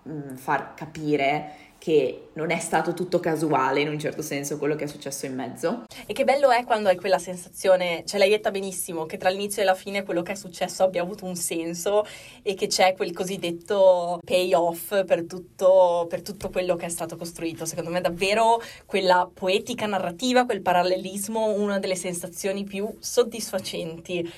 mh, far capire che non è stato tutto casuale in un certo senso quello che è successo in mezzo. E che bello è quando hai quella sensazione, ce l'hai detta benissimo, che tra l'inizio e la fine quello che è successo abbia avuto un senso e che c'è quel cosiddetto payoff per tutto, per tutto quello che è stato costruito. Secondo me davvero quella poetica narrativa, quel parallelismo, una delle sensazioni più soddisfacenti.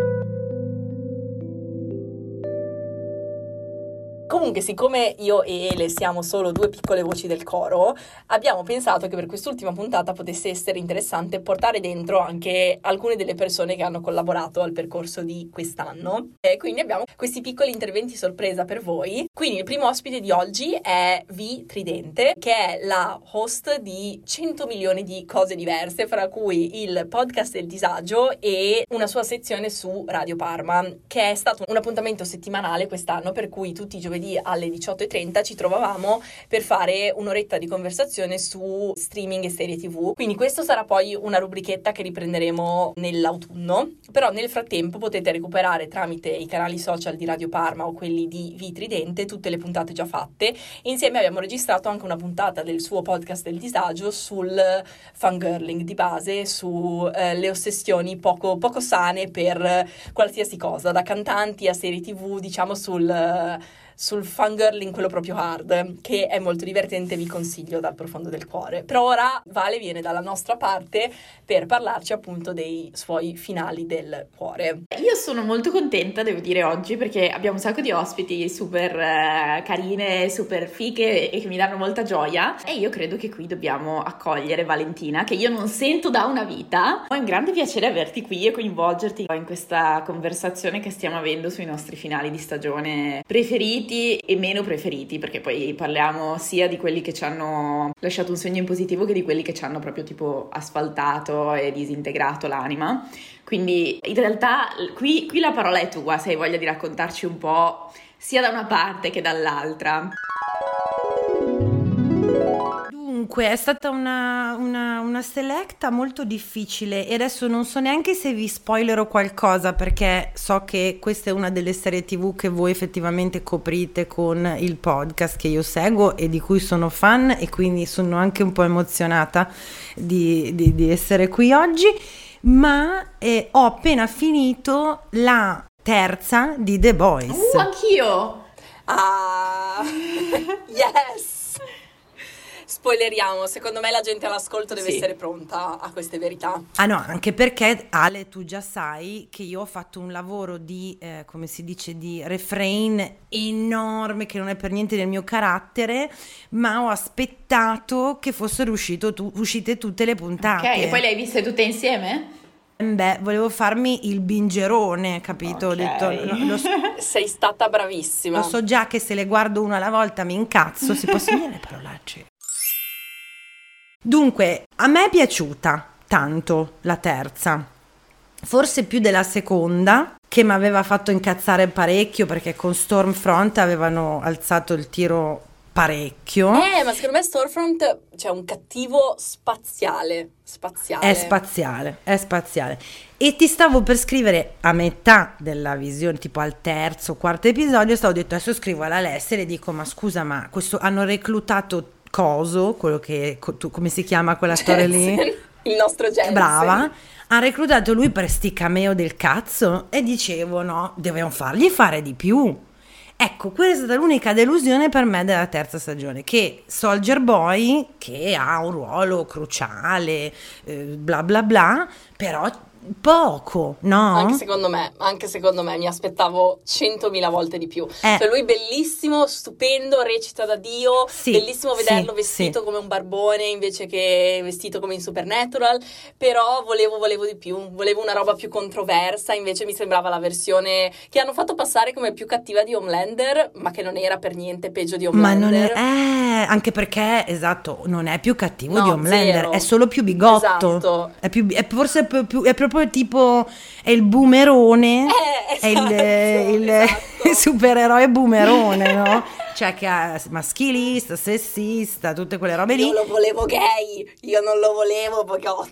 Comunque, siccome io e Ele siamo solo due piccole voci del coro, abbiamo pensato che per quest'ultima puntata potesse essere interessante portare dentro anche alcune delle persone che hanno collaborato al percorso di quest'anno. E quindi abbiamo questi piccoli interventi sorpresa per voi. Quindi il primo ospite di oggi è V Tridente, che è la host di cento milioni di cose diverse, fra cui il podcast del disagio e una sua sezione su Radio Parma, che è stato un appuntamento settimanale quest'anno, per cui tutti i giovedì alle diciotto e trenta ci trovavamo per fare un'oretta di conversazione su streaming e serie tv. Quindi questo sarà poi una rubrichetta che riprenderemo nell'autunno, però nel frattempo potete recuperare tramite i canali social di Radio Parma o quelli di V Tridente tutte le puntate già fatte. Insieme abbiamo registrato anche una puntata del suo podcast del disagio sul fangirling di base, su eh, le ossessioni poco, poco sane per qualsiasi cosa, da cantanti a serie tv, diciamo sul sul fangirling, quello proprio hard, che è molto divertente, vi consiglio dal profondo del cuore. Per ora Vale viene dalla nostra parte per parlarci appunto dei suoi finali del cuore. Io sono molto contenta, devo dire, oggi, perché abbiamo un sacco di ospiti super uh, carine, super fighe e che mi danno molta gioia, e io credo che qui dobbiamo accogliere Valentina, che io non sento da una vita. È un grande piacere averti qui e coinvolgerti in questa conversazione che stiamo avendo sui nostri finali di stagione preferiti e meno preferiti, perché poi parliamo sia di quelli che ci hanno lasciato un segno in positivo che di quelli che ci hanno proprio tipo asfaltato e disintegrato l'anima. Quindi in realtà qui, qui la parola è tua, se hai voglia di raccontarci un po' sia da una parte che dall'altra. Dunque, è stata una, una, una selecta molto difficile e adesso non so neanche se vi spoilerò qualcosa, perché so che questa è una delle serie tv che voi effettivamente coprite con il podcast che io seguo e di cui sono fan, e quindi sono anche un po' emozionata di, di, di essere qui oggi, ma eh, ho appena finito la terza di The Boys. Uh, anch'io! Ah, yes! Spoileriamo, secondo me la gente all'ascolto deve sì. essere pronta a queste verità. Ah no, anche perché Ale, tu già sai che io ho fatto un lavoro di, eh, come si dice, di refrain enorme, che non è per niente del mio carattere, ma ho aspettato che fossero uscito tu- uscite tutte le puntate. Ok, e poi le hai viste tutte insieme? Beh, volevo farmi il bingerone, capito? Okay. Ho detto, lo, lo, sei stata bravissima. Lo so già che se le guardo una alla volta mi incazzo, si possono dire le parolacce. Dunque, a me è piaciuta tanto la terza, forse più della seconda, che mi aveva fatto incazzare parecchio perché con Stormfront avevano alzato il tiro parecchio. Eh, ma secondo me Stormfront c'è un cattivo spaziale, spaziale. È spaziale, è spaziale. E ti stavo per scrivere a metà della visione, tipo al terzo, quarto episodio, stavo detto adesso scrivo all'Alessia e le dico ma scusa, ma questo hanno reclutato Coso, quello che, tu, come si chiama quell'attore lì? Il nostro Jensen. Brava. Ha reclutato lui per sti cameo del cazzo e dicevo no, dobbiamo fargli fare di più. Ecco, questa è stata l'unica delusione per me della terza stagione, che Soldier Boy, che ha un ruolo cruciale, eh, bla bla bla, però poco, no? Anche secondo me, anche secondo me mi aspettavo centomila volte di più. Eh. Cioè lui bellissimo, stupendo, recita da Dio, sì, bellissimo vederlo sì, vestito sì. come un barbone invece che vestito come in Supernatural, però volevo volevo di più, volevo una roba più controversa, invece mi sembrava la versione che hanno fatto passare come più cattiva di Homelander, ma che non era per niente peggio di Homelander. Ma non è, eh, anche perché, esatto, non è più cattivo No, di Homelander, zero. è solo più bigotto. Esatto. È, più, è forse più, più, è proprio proprio tipo è il boomerone, Eh, è il, esatto, il- esatto. il supereroe boomerone, no? Cioè che è maschilista, sessista, tutte quelle robe lì. Io lo volevo gay, io non lo volevo Pocotto.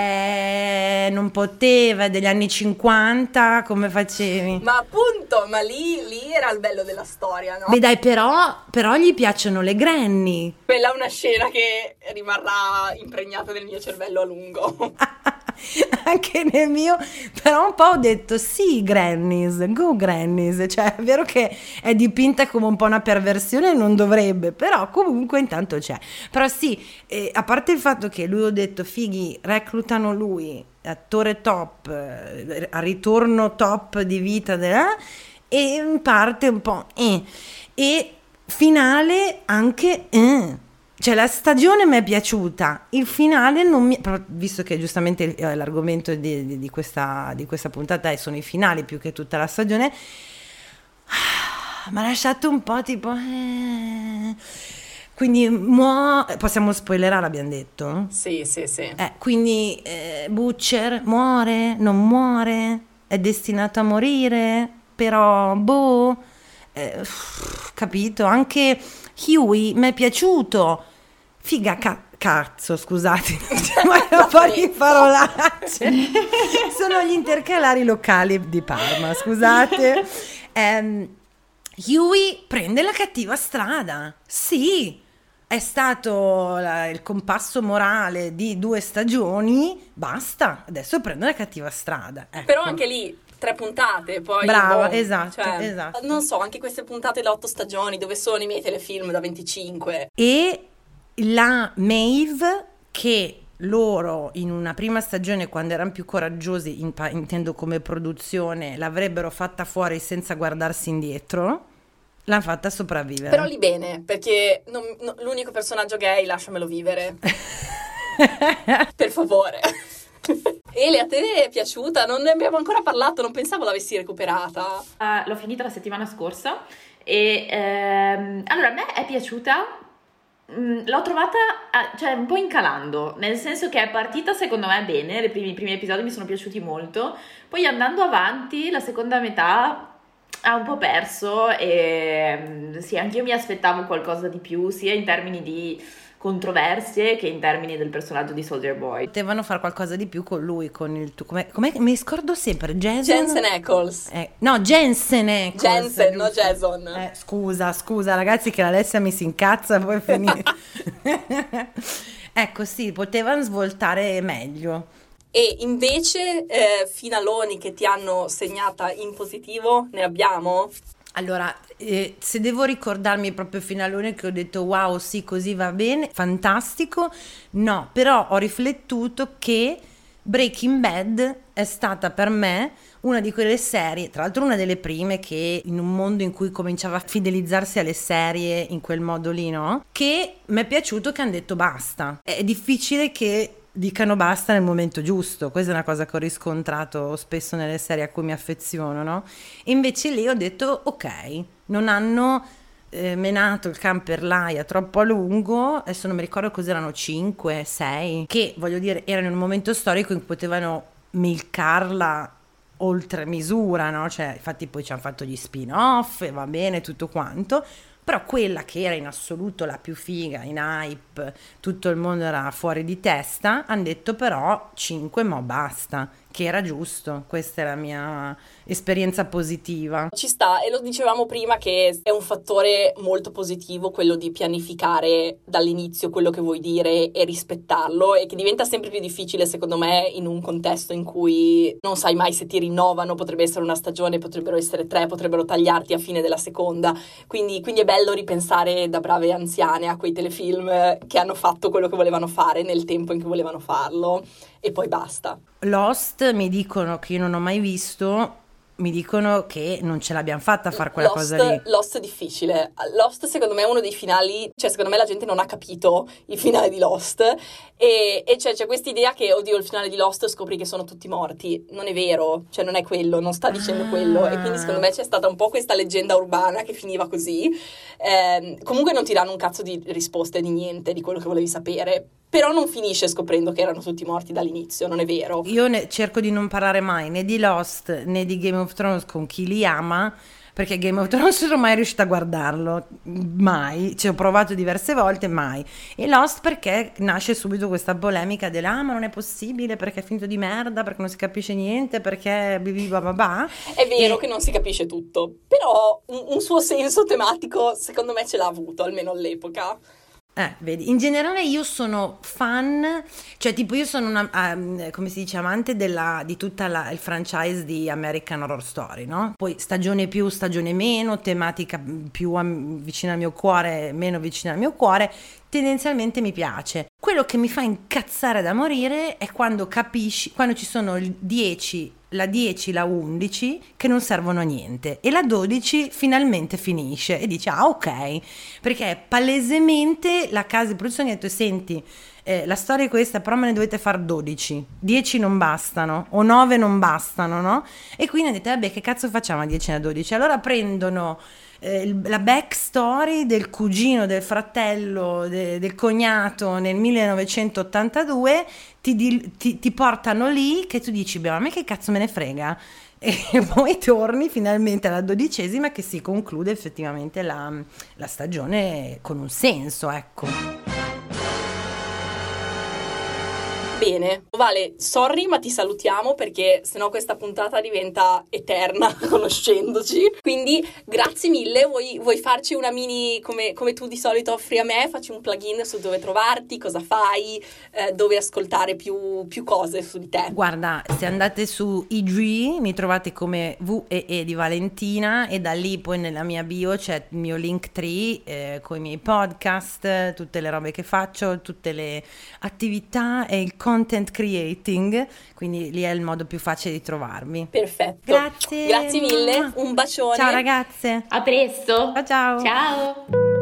Eh, non poteva, è degli anni cinquanta, come facevi? Ma appunto, ma lì, lì era il bello della storia, no? Beh dai, però, però gli piacciono le granny. Quella è una scena che rimarrà impregnata nel mio cervello a lungo. Anche nel mio, però un po' ho detto sì, grannies, go grannies, cioè è vero che è dipinta come un po' una perversione, non dovrebbe, però comunque intanto c'è. Però sì, eh, a parte il fatto che lui, ho detto, fighi, reclutano lui, attore top, eh, a ritorno top di vita, della, e in parte un po' eh. E finale anche eh. Cioè la stagione mi è piaciuta, il finale non mi... però, visto che giustamente eh, l'argomento di, di, di, questa, di questa puntata è, sono i finali più che tutta la stagione, ah, mi ha lasciato un po' tipo... Eh. Quindi muo... possiamo spoilerare, abbiamo detto? Sì, sì, sì. Eh, quindi eh, Butcher muore, non muore, è destinato a morire, però boh, eh, capito? Anche Huey mi è piaciuto, figa ca- cazzo, scusate, ma un po' di parolacce, sono gli intercalari locali di Parma, scusate. Ehm, Huey prende la cattiva strada, sì. È stato la- il compasso morale di due stagioni, basta, adesso prende la cattiva strada. Ecco. Però anche lì tre puntate, poi Brava, boh, esatto, cioè, esatto. non so, anche queste puntate da otto stagioni, dove sono i miei telefilm da venticinque? E la Maeve, che loro in una prima stagione, quando erano più coraggiosi, in pa- intendo come produzione, l'avrebbero fatta fuori senza guardarsi indietro, l'hanno fatta sopravvivere. Però lì bene, perché non- no- l'unico personaggio gay, lasciamelo vivere. Per favore. Ele, a te è piaciuta? Non ne abbiamo ancora parlato, non pensavo l'avessi recuperata. Ah, l'ho finita la settimana scorsa e ehm, allora a me è piaciuta. Mm, l'ho trovata ah, cioè un po' incalando, nel senso che è partita secondo me bene, le primi, i primi episodi mi sono piaciuti molto, poi andando avanti la seconda metà ha un po' perso e mm, sì, anch'io mi aspettavo qualcosa di più, sia in termini di controversie che in termini del personaggio di Soldier Boy. Potevano fare qualcosa di più con lui, con il tuo... Com'è, com'è, mi scordo sempre, Jason? Jensen Ackles. Eh, no, Jensen Ackles. Jensen, no giusto. Jason. Eh, scusa, scusa ragazzi che l'Alessia mi si incazza, poi finire. Ecco, sì, potevano svoltare meglio. E invece eh, finaloni che ti hanno segnata in positivo, ne abbiamo? Allora, eh, se devo ricordarmi proprio finalone che ho detto wow, sì, così va bene, fantastico, no, però ho riflettuto che Breaking Bad è stata per me una di quelle serie, tra l'altro una delle prime che in un mondo in cui cominciava a fidelizzarsi alle serie in quel modo lì, no? Che mi è piaciuto che hanno detto basta. È difficile che dicano basta nel momento giusto, questa è una cosa che ho riscontrato spesso nelle serie a cui mi affeziono, no? Invece lì ho detto ok, non hanno eh, menato il camperlaia troppo a lungo, adesso non mi ricordo cos'erano, cinque, sei, che voglio dire erano in un momento storico in cui potevano milcarla oltre misura, no? Cioè, infatti poi ci hanno fatto gli spin-off e va bene tutto quanto, però quella che era in assoluto la più figa, in hype, tutto il mondo era fuori di testa, hanno detto però cinque, ma basta, che era giusto, questa è la mia esperienza positiva. Ci sta, e lo dicevamo prima che è un fattore molto positivo quello di pianificare dall'inizio quello che vuoi dire e rispettarlo, e che diventa sempre più difficile secondo me in un contesto in cui non sai mai se ti rinnovano, potrebbe essere una stagione, potrebbero essere tre, potrebbero tagliarti a fine della seconda, quindi, quindi è bello ripensare da brave anziane a quei telefilm che hanno fatto quello che volevano fare nel tempo in cui volevano farlo e poi basta. Lost mi dicono, che io non ho mai visto, mi dicono che non ce l'abbiamo fatta a fare quella Lost, cosa lì. Lost è difficile. Lost secondo me è uno dei finali, cioè secondo me la gente non ha capito il finale di Lost e, e cioè, c'è questa idea che oddio il finale di Lost scopri che sono tutti morti. Non è vero, cioè non è quello, non sta dicendo Ah. quello, e quindi secondo me c'è stata un po' questa leggenda urbana che finiva così. Eh, comunque non ti danno un cazzo di risposte di niente, di quello che volevi sapere. però non finisce scoprendo che erano tutti morti dall'inizio, non è vero? Io ne cerco di non parlare mai né di Lost né di Game of Thrones con chi li ama, perché Game of Thrones non sono mai riuscita a guardarlo, mai, ci ho provato diverse volte, mai. E Lost perché nasce subito questa polemica della ah ma non è possibile perché è finito di merda, perché non si capisce niente, perché bababà. È vero e... che non si capisce tutto, però un, un suo senso tematico secondo me ce l'ha avuto, almeno all'epoca. Eh, vedi, in generale io sono fan, cioè tipo io sono una, um, come si dice, amante della, di tutta la, il franchise di American Horror Story, no? Poi stagione più, stagione meno, tematica più am, vicina al mio cuore, meno vicina al mio cuore, tendenzialmente mi piace. Quello che mi fa incazzare da morire è quando capisci, quando ci sono dieci, la dieci, la undici che non servono a niente e la dodici finalmente finisce e dici ah ok, perché palesemente la casa di produzione ha detto senti eh, la storia è questa però me ne dovete fare dodici, dieci non bastano o nove non bastano, no? E quindi hanno detto vabbè che cazzo facciamo a dieci e a dodici? Allora prendono Eh, la backstory del cugino, del fratello, de, del cognato nel millenovecentottantadue, ti, di, ti, ti portano lì che tu dici, beh, ma a me che cazzo me ne frega? E poi torni finalmente alla dodicesima che si conclude effettivamente la, la stagione con un senso, ecco. Bene, Vale, sorry ma ti salutiamo perché sennò questa puntata diventa eterna conoscendoci, quindi grazie mille, vuoi, vuoi farci una mini, come, come tu di solito offri a me, facci un plugin su dove trovarti, cosa fai, eh, dove ascoltare più, più cose su di te. Guarda, se andate su I G mi trovate come V E E di Valentina e da lì poi nella mia bio c'è il mio Linktree eh, con i miei podcast, tutte le robe che faccio, tutte le attività e il content creating, quindi lì è il modo più facile di trovarmi. Perfetto. Grazie. Grazie mille, un bacione. Ciao ragazze. A presto. Ciao ciao. Ciao.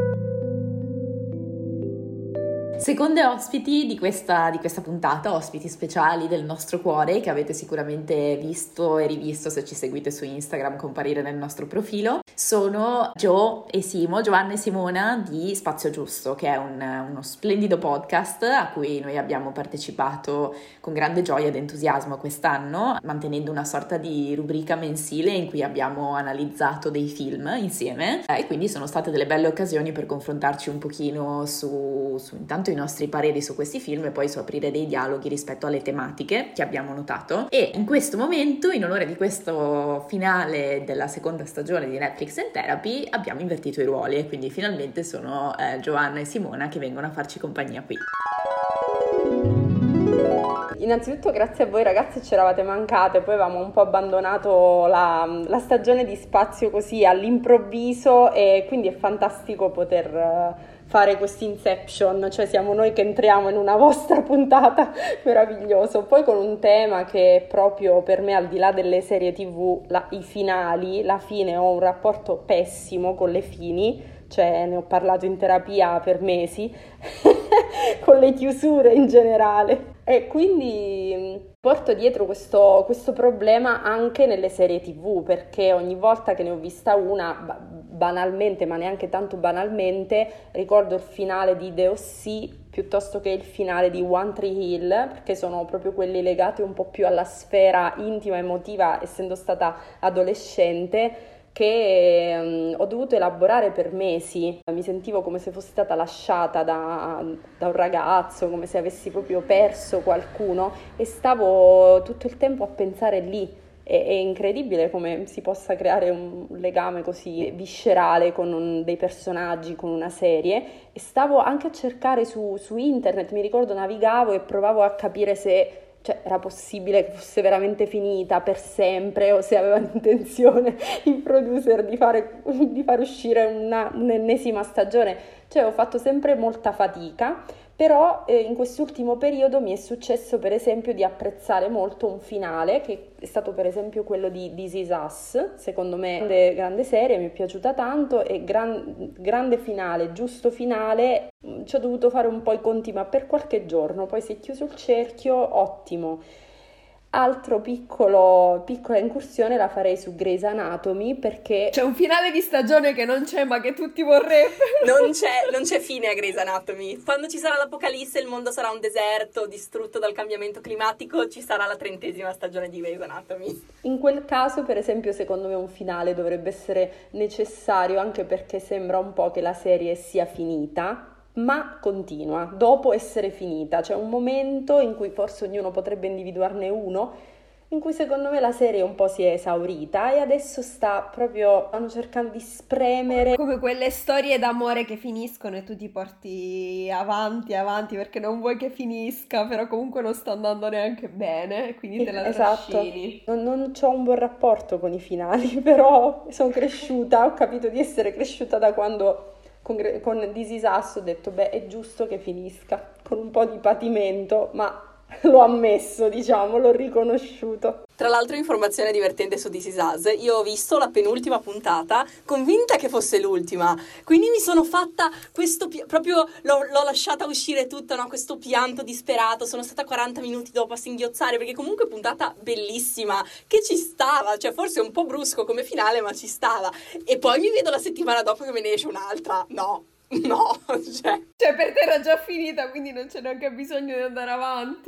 Seconde ospiti di questa, di questa puntata, ospiti speciali del nostro cuore che avete sicuramente visto e rivisto se ci seguite su Instagram comparire nel nostro profilo, sono Gio e Simo, Giovanna e Simona di Spazio Giusto, che è un, uno splendido podcast a cui noi abbiamo partecipato con grande gioia ed entusiasmo quest'anno, mantenendo una sorta di rubrica mensile in cui abbiamo analizzato dei film insieme e quindi sono state delle belle occasioni per confrontarci un pochino su, su intanto i nostri pareri su questi film e poi su aprire dei dialoghi rispetto alle tematiche che abbiamo notato. E in questo momento, in onore di questo finale della seconda stagione di Netflix and Therapy, abbiamo invertito i ruoli e quindi finalmente sono eh, Giovanna e Simona che vengono a farci compagnia qui. Innanzitutto grazie a voi ragazzi, ci eravate mancate, poi avevamo un po' abbandonato la, la stagione di Spazio così all'improvviso e quindi è fantastico poter fare questo Inception, cioè siamo noi che entriamo in una vostra puntata, meraviglioso, poi con un tema che proprio per me al di là delle serie tv, la, i finali, la fine, ho un rapporto pessimo con le fini, cioè ne ho parlato in terapia per mesi, con le chiusure in generale e quindi porto dietro questo, questo problema anche nelle serie tv perché ogni volta che ne ho vista una banalmente ma neanche tanto banalmente ricordo il finale di The O C piuttosto che il finale di One Tree Hill perché sono proprio quelli legati un po' più alla sfera intima emotiva essendo stata adolescente che um, ho dovuto elaborare per mesi, mi sentivo come se fossi stata lasciata da, da un ragazzo, come se avessi proprio perso qualcuno e stavo tutto il tempo a pensare lì. È, è incredibile come si possa creare un legame così viscerale con un, dei personaggi, con una serie e stavo anche a cercare su, su internet, mi ricordo navigavo e provavo a capire se cioè era possibile che fosse veramente finita per sempre o se avevano intenzione i producer di fare, di far uscire una, un'ennesima stagione. Cioè ho fatto sempre molta fatica, però eh, in quest'ultimo periodo mi è successo per esempio di apprezzare molto un finale che è stato per esempio quello di This Is Us, secondo me grande, grande serie, mi è piaciuta tanto e gran, grande finale, giusto finale, ci ho dovuto fare un po' i conti ma per qualche giorno, poi si è chiuso il cerchio, ottimo. Altro piccolo, piccola incursione la farei su Grey's Anatomy, perché c'è un finale di stagione che non c'è ma che tutti vorrebbero. Non c'è, non c'è fine a Grey's Anatomy. Quando ci sarà l'apocalisse, il mondo sarà un deserto distrutto dal cambiamento climatico, ci sarà la trentesima stagione di Grey's Anatomy. In quel caso, per esempio, secondo me un finale dovrebbe essere necessario, anche perché sembra un po' che la serie sia finita, ma continua, dopo essere finita. C'è un momento in cui forse ognuno potrebbe individuarne uno, in cui secondo me la serie un po' si è esaurita e adesso sta proprio, stanno cercando di spremere. Come quelle storie d'amore che finiscono e tu ti porti avanti, avanti, perché non vuoi che finisca, però comunque non sta andando neanche bene, quindi te la esatto. trascini. Non, non ho un buon rapporto con i finali, però sono cresciuta, ho capito di essere cresciuta da quando... Con, con This Is Us ho detto, beh, è giusto che finisca, con un po' di patimento, ma l'ho ammesso, diciamo, l'ho riconosciuto. Tra l'altro, informazione divertente su This Is Us, io ho visto la penultima puntata convinta che fosse l'ultima, quindi mi sono fatta questo, pi- proprio l'ho, l'ho lasciata uscire tutta, no? Questo pianto disperato, sono stata quaranta minuti dopo a singhiozzare, perché comunque puntata bellissima, che ci stava, cioè forse un po' brusco come finale, ma ci stava, e poi mi vedo la settimana dopo che me ne esce un'altra, no. No, cioè... Cioè per te era già finita, quindi non c'è neanche bisogno di andare avanti.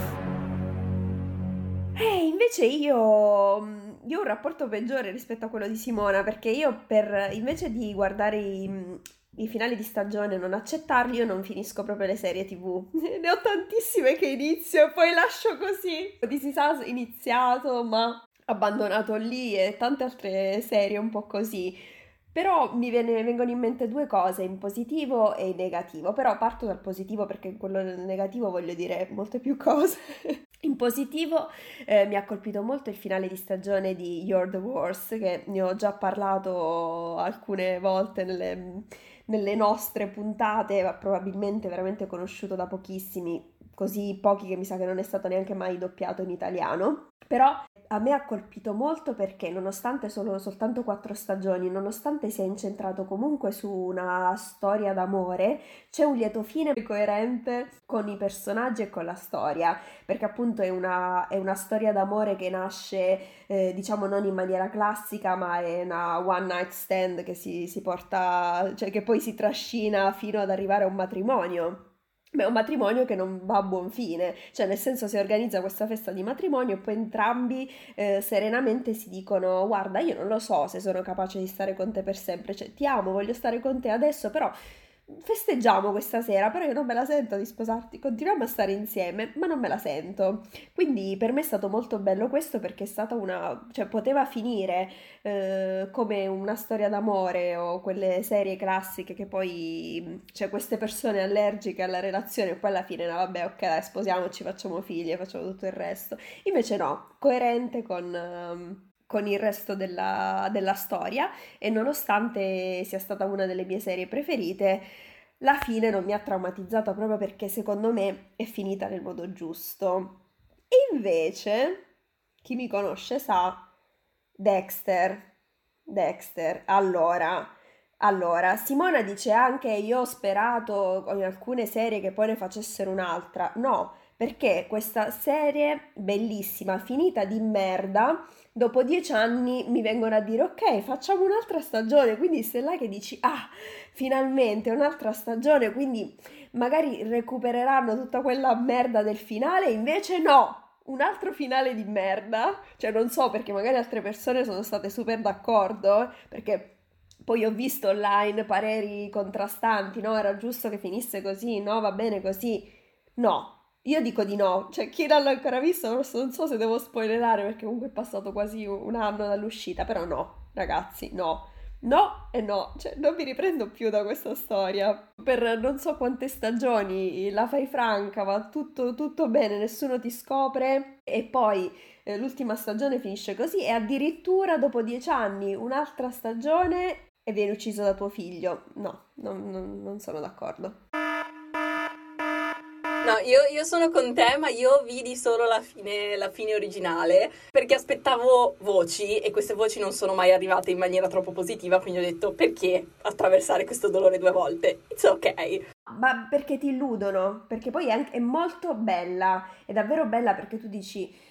Eh, invece io, io ho un rapporto peggiore rispetto a quello di Simona, perché io per, invece di guardare i, i finali di stagione e non accettarli, io non finisco proprio le serie tivù. Ne ho tantissime che inizio e poi lascio così. This Is Us iniziato, ma abbandonato lì, e tante altre serie un po' così. Però mi viene, vengono in mente due cose, in positivo e in negativo, però parto dal positivo perché in quello negativo voglio dire molte più cose. In positivo eh, mi ha colpito molto il finale di stagione di You're the Worst, che ne ho già parlato alcune volte nelle, nelle nostre puntate, ma probabilmente veramente conosciuto da pochissimi, così pochi che mi sa che non è stato neanche mai doppiato in italiano. Però a me ha colpito molto perché nonostante solo soltanto quattro stagioni, nonostante sia incentrato comunque su una storia d'amore, c'è un lieto fine coerente con i personaggi e con la storia, perché appunto è una, è una storia d'amore che nasce eh, diciamo non in maniera classica, ma è una one night stand che si, si porta, cioè che poi si trascina fino ad arrivare a un matrimonio. Beh, è un matrimonio che non va a buon fine, cioè nel senso si organizza questa festa di matrimonio e poi entrambi eh, serenamente si dicono guarda, io non lo so se sono capace di stare con te per sempre, cioè ti amo, voglio stare con te adesso, però festeggiamo questa sera, però io non me la sento di sposarti, continuiamo a stare insieme, ma non me la sento. Quindi per me è stato molto bello questo, perché è stata una, cioè poteva finire eh, come una storia d'amore o quelle serie classiche che poi, cioè queste persone allergiche alla relazione e poi alla fine no, vabbè, ok, dai, sposiamoci, facciamo figli e facciamo tutto il resto. Invece no, coerente con... Um, con il resto della, della storia, e nonostante sia stata una delle mie serie preferite, la fine non mi ha traumatizzata proprio perché secondo me è finita nel modo giusto. Invece, chi mi conosce sa, Dexter, Dexter, allora... Allora, Simona dice anche io ho sperato in alcune serie che poi ne facessero un'altra. No, perché questa serie bellissima, finita di merda, dopo dieci anni mi vengono a dire ok, facciamo un'altra stagione, quindi sei là che dici ah, finalmente un'altra stagione, quindi magari recupereranno tutta quella merda del finale, invece no, un altro finale di merda, cioè non so perché magari altre persone sono state super d'accordo, perché poi ho visto online pareri contrastanti, no, era giusto che finisse così, no, va bene così, no. Io dico di no, cioè chi non l'ha ancora visto non so se devo spoilerare perché comunque è passato quasi un anno dall'uscita, però no, ragazzi, no, no e no, cioè non mi riprendo più da questa storia. Per non so quante stagioni la fai franca, va tutto, tutto bene, nessuno ti scopre e poi eh, l'ultima stagione finisce così e addirittura dopo dieci anni un'altra stagione e viene ucciso da tuo figlio. No, non, non, non sono d'accordo. No, io, io sono con te, ma io vidi solo la fine, la fine originale, perché aspettavo voci e queste voci non sono mai arrivate in maniera troppo positiva, quindi ho detto perché attraversare questo dolore due volte? It's ok. Ma perché ti illudono, perché poi è, anche, è molto bella, è davvero bella perché tu dici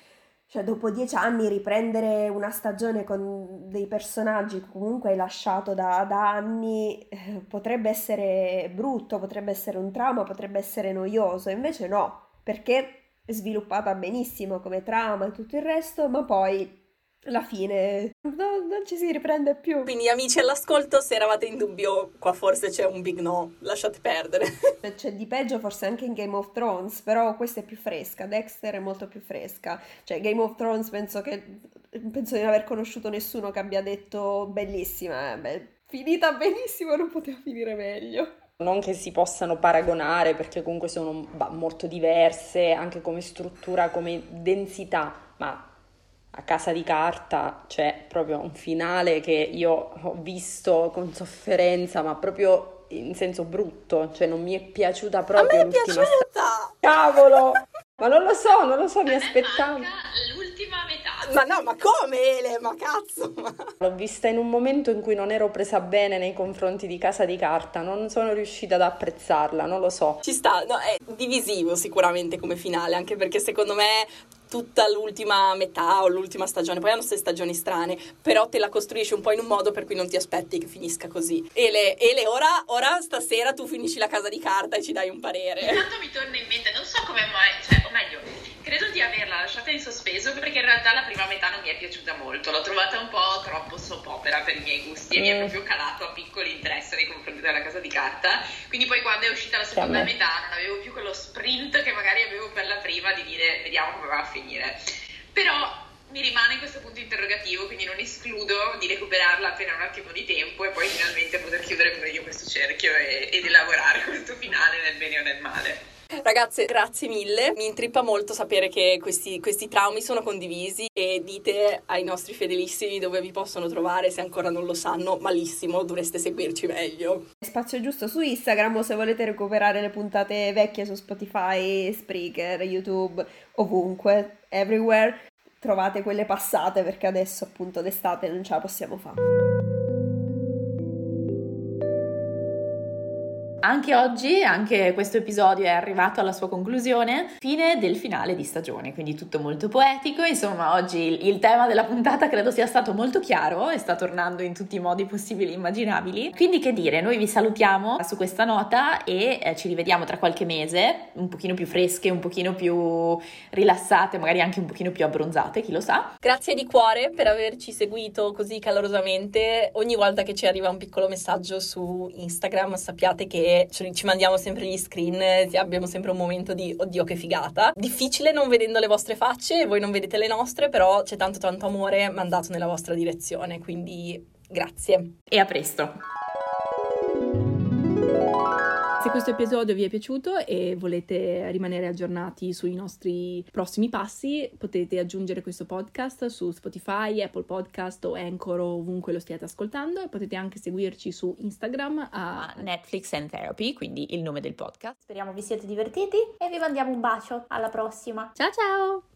Cioè, dopo dieci anni riprendere una stagione con dei personaggi che comunque hai lasciato da, da anni eh, potrebbe essere brutto, potrebbe essere un trauma, potrebbe essere noioso. Invece no, perché è sviluppata benissimo come trama e tutto il resto, ma poi alla fine no, non ci si riprende più. Quindi amici all'ascolto, se eravate in dubbio, qua forse c'è un big no, lasciate perdere. C'è di peggio forse anche in Game of Thrones, però questa è più fresca, Dexter è molto più fresca. Cioè Game of Thrones penso che penso di non aver conosciuto nessuno che abbia detto bellissima, eh, beh, finita benissimo, non poteva finire meglio. Non che si possano paragonare perché comunque sono bah, molto diverse anche come struttura, come densità, ma a Casa di Carta c'è proprio un finale che io ho visto con sofferenza, ma proprio in senso brutto, cioè non mi è piaciuta proprio A me è l'ultima piaciuta! sta- Cavolo! Ma non lo so, non lo so, mi aspettavo. L'ultima metà. Ma no, ma come Ele? Ma cazzo! Ma... L'ho vista in un momento in cui non ero presa bene nei confronti di Casa di Carta, non sono riuscita ad apprezzarla, non lo so. Ci sta, no, è divisivo sicuramente come finale, anche perché secondo me tutta l'ultima metà o l'ultima stagione, poi hanno queste stagioni strane, però te la costruisci un po' in un modo per cui non ti aspetti che finisca così. Ele, Ele ora, ora stasera tu finisci la Casa di Carta e ci dai un parere. Intanto mi torna in mente, non so come mai, cioè, o meglio, credo di averla lasciata in sospeso perché in realtà la prima metà non mi è piaciuta molto, l'ho trovata un po' troppo soap opera per i miei gusti e Mm. mi è proprio calato a piccoli interesse nei confronti della Casa di Carta, quindi poi quando è uscita la seconda Chiaro. metà non avevo più quello sprint che magari avevo per la prima di dire vediamo come va a finire, però mi rimane questo punto interrogativo, quindi non escludo di recuperarla appena un attimo di tempo e poi finalmente poter chiudere pure io questo cerchio e, ed elaborare questo finale nel bene o nel male. Ragazze, grazie mille, mi intrippa molto sapere che questi, questi traumi sono condivisi e dite ai nostri fedelissimi dove vi possono trovare, se ancora non lo sanno, malissimo, dovreste seguirci meglio. Spazio giusto su Instagram o se volete recuperare le puntate vecchie su Spotify, Spreaker, YouTube, ovunque, everywhere, trovate quelle passate perché adesso appunto d'estate non ce la possiamo fare. Anche oggi, anche questo episodio è arrivato alla sua conclusione, fine del finale di stagione, quindi tutto molto poetico. Insomma, oggi il, il tema della puntata credo sia stato molto chiaro e sta tornando in tutti i modi possibili e immaginabili. Quindi che dire, noi vi salutiamo su questa nota e eh, ci rivediamo tra qualche mese, un pochino più fresche, un pochino più rilassate, magari anche un pochino più abbronzate, chi lo sa. Grazie di cuore per averci seguito così calorosamente. Ogni volta che ci arriva un piccolo messaggio su Instagram sappiate che ci mandiamo sempre gli screen, abbiamo sempre un momento di oddio che figata. Difficile non vedendo le vostre facce, voi non vedete le nostre, però c'è tanto tanto amore mandato nella vostra direzione, quindi grazie. E a presto! Se questo episodio vi è piaciuto e volete rimanere aggiornati sui nostri prossimi passi, potete aggiungere questo podcast su Spotify, Apple Podcast o Anchor o ovunque lo stiate ascoltando, e potete anche seguirci su Instagram a Netflix and Therapy, quindi il nome del podcast. Speriamo vi siete divertiti e vi mandiamo un bacio. Alla prossima! ciao ciao!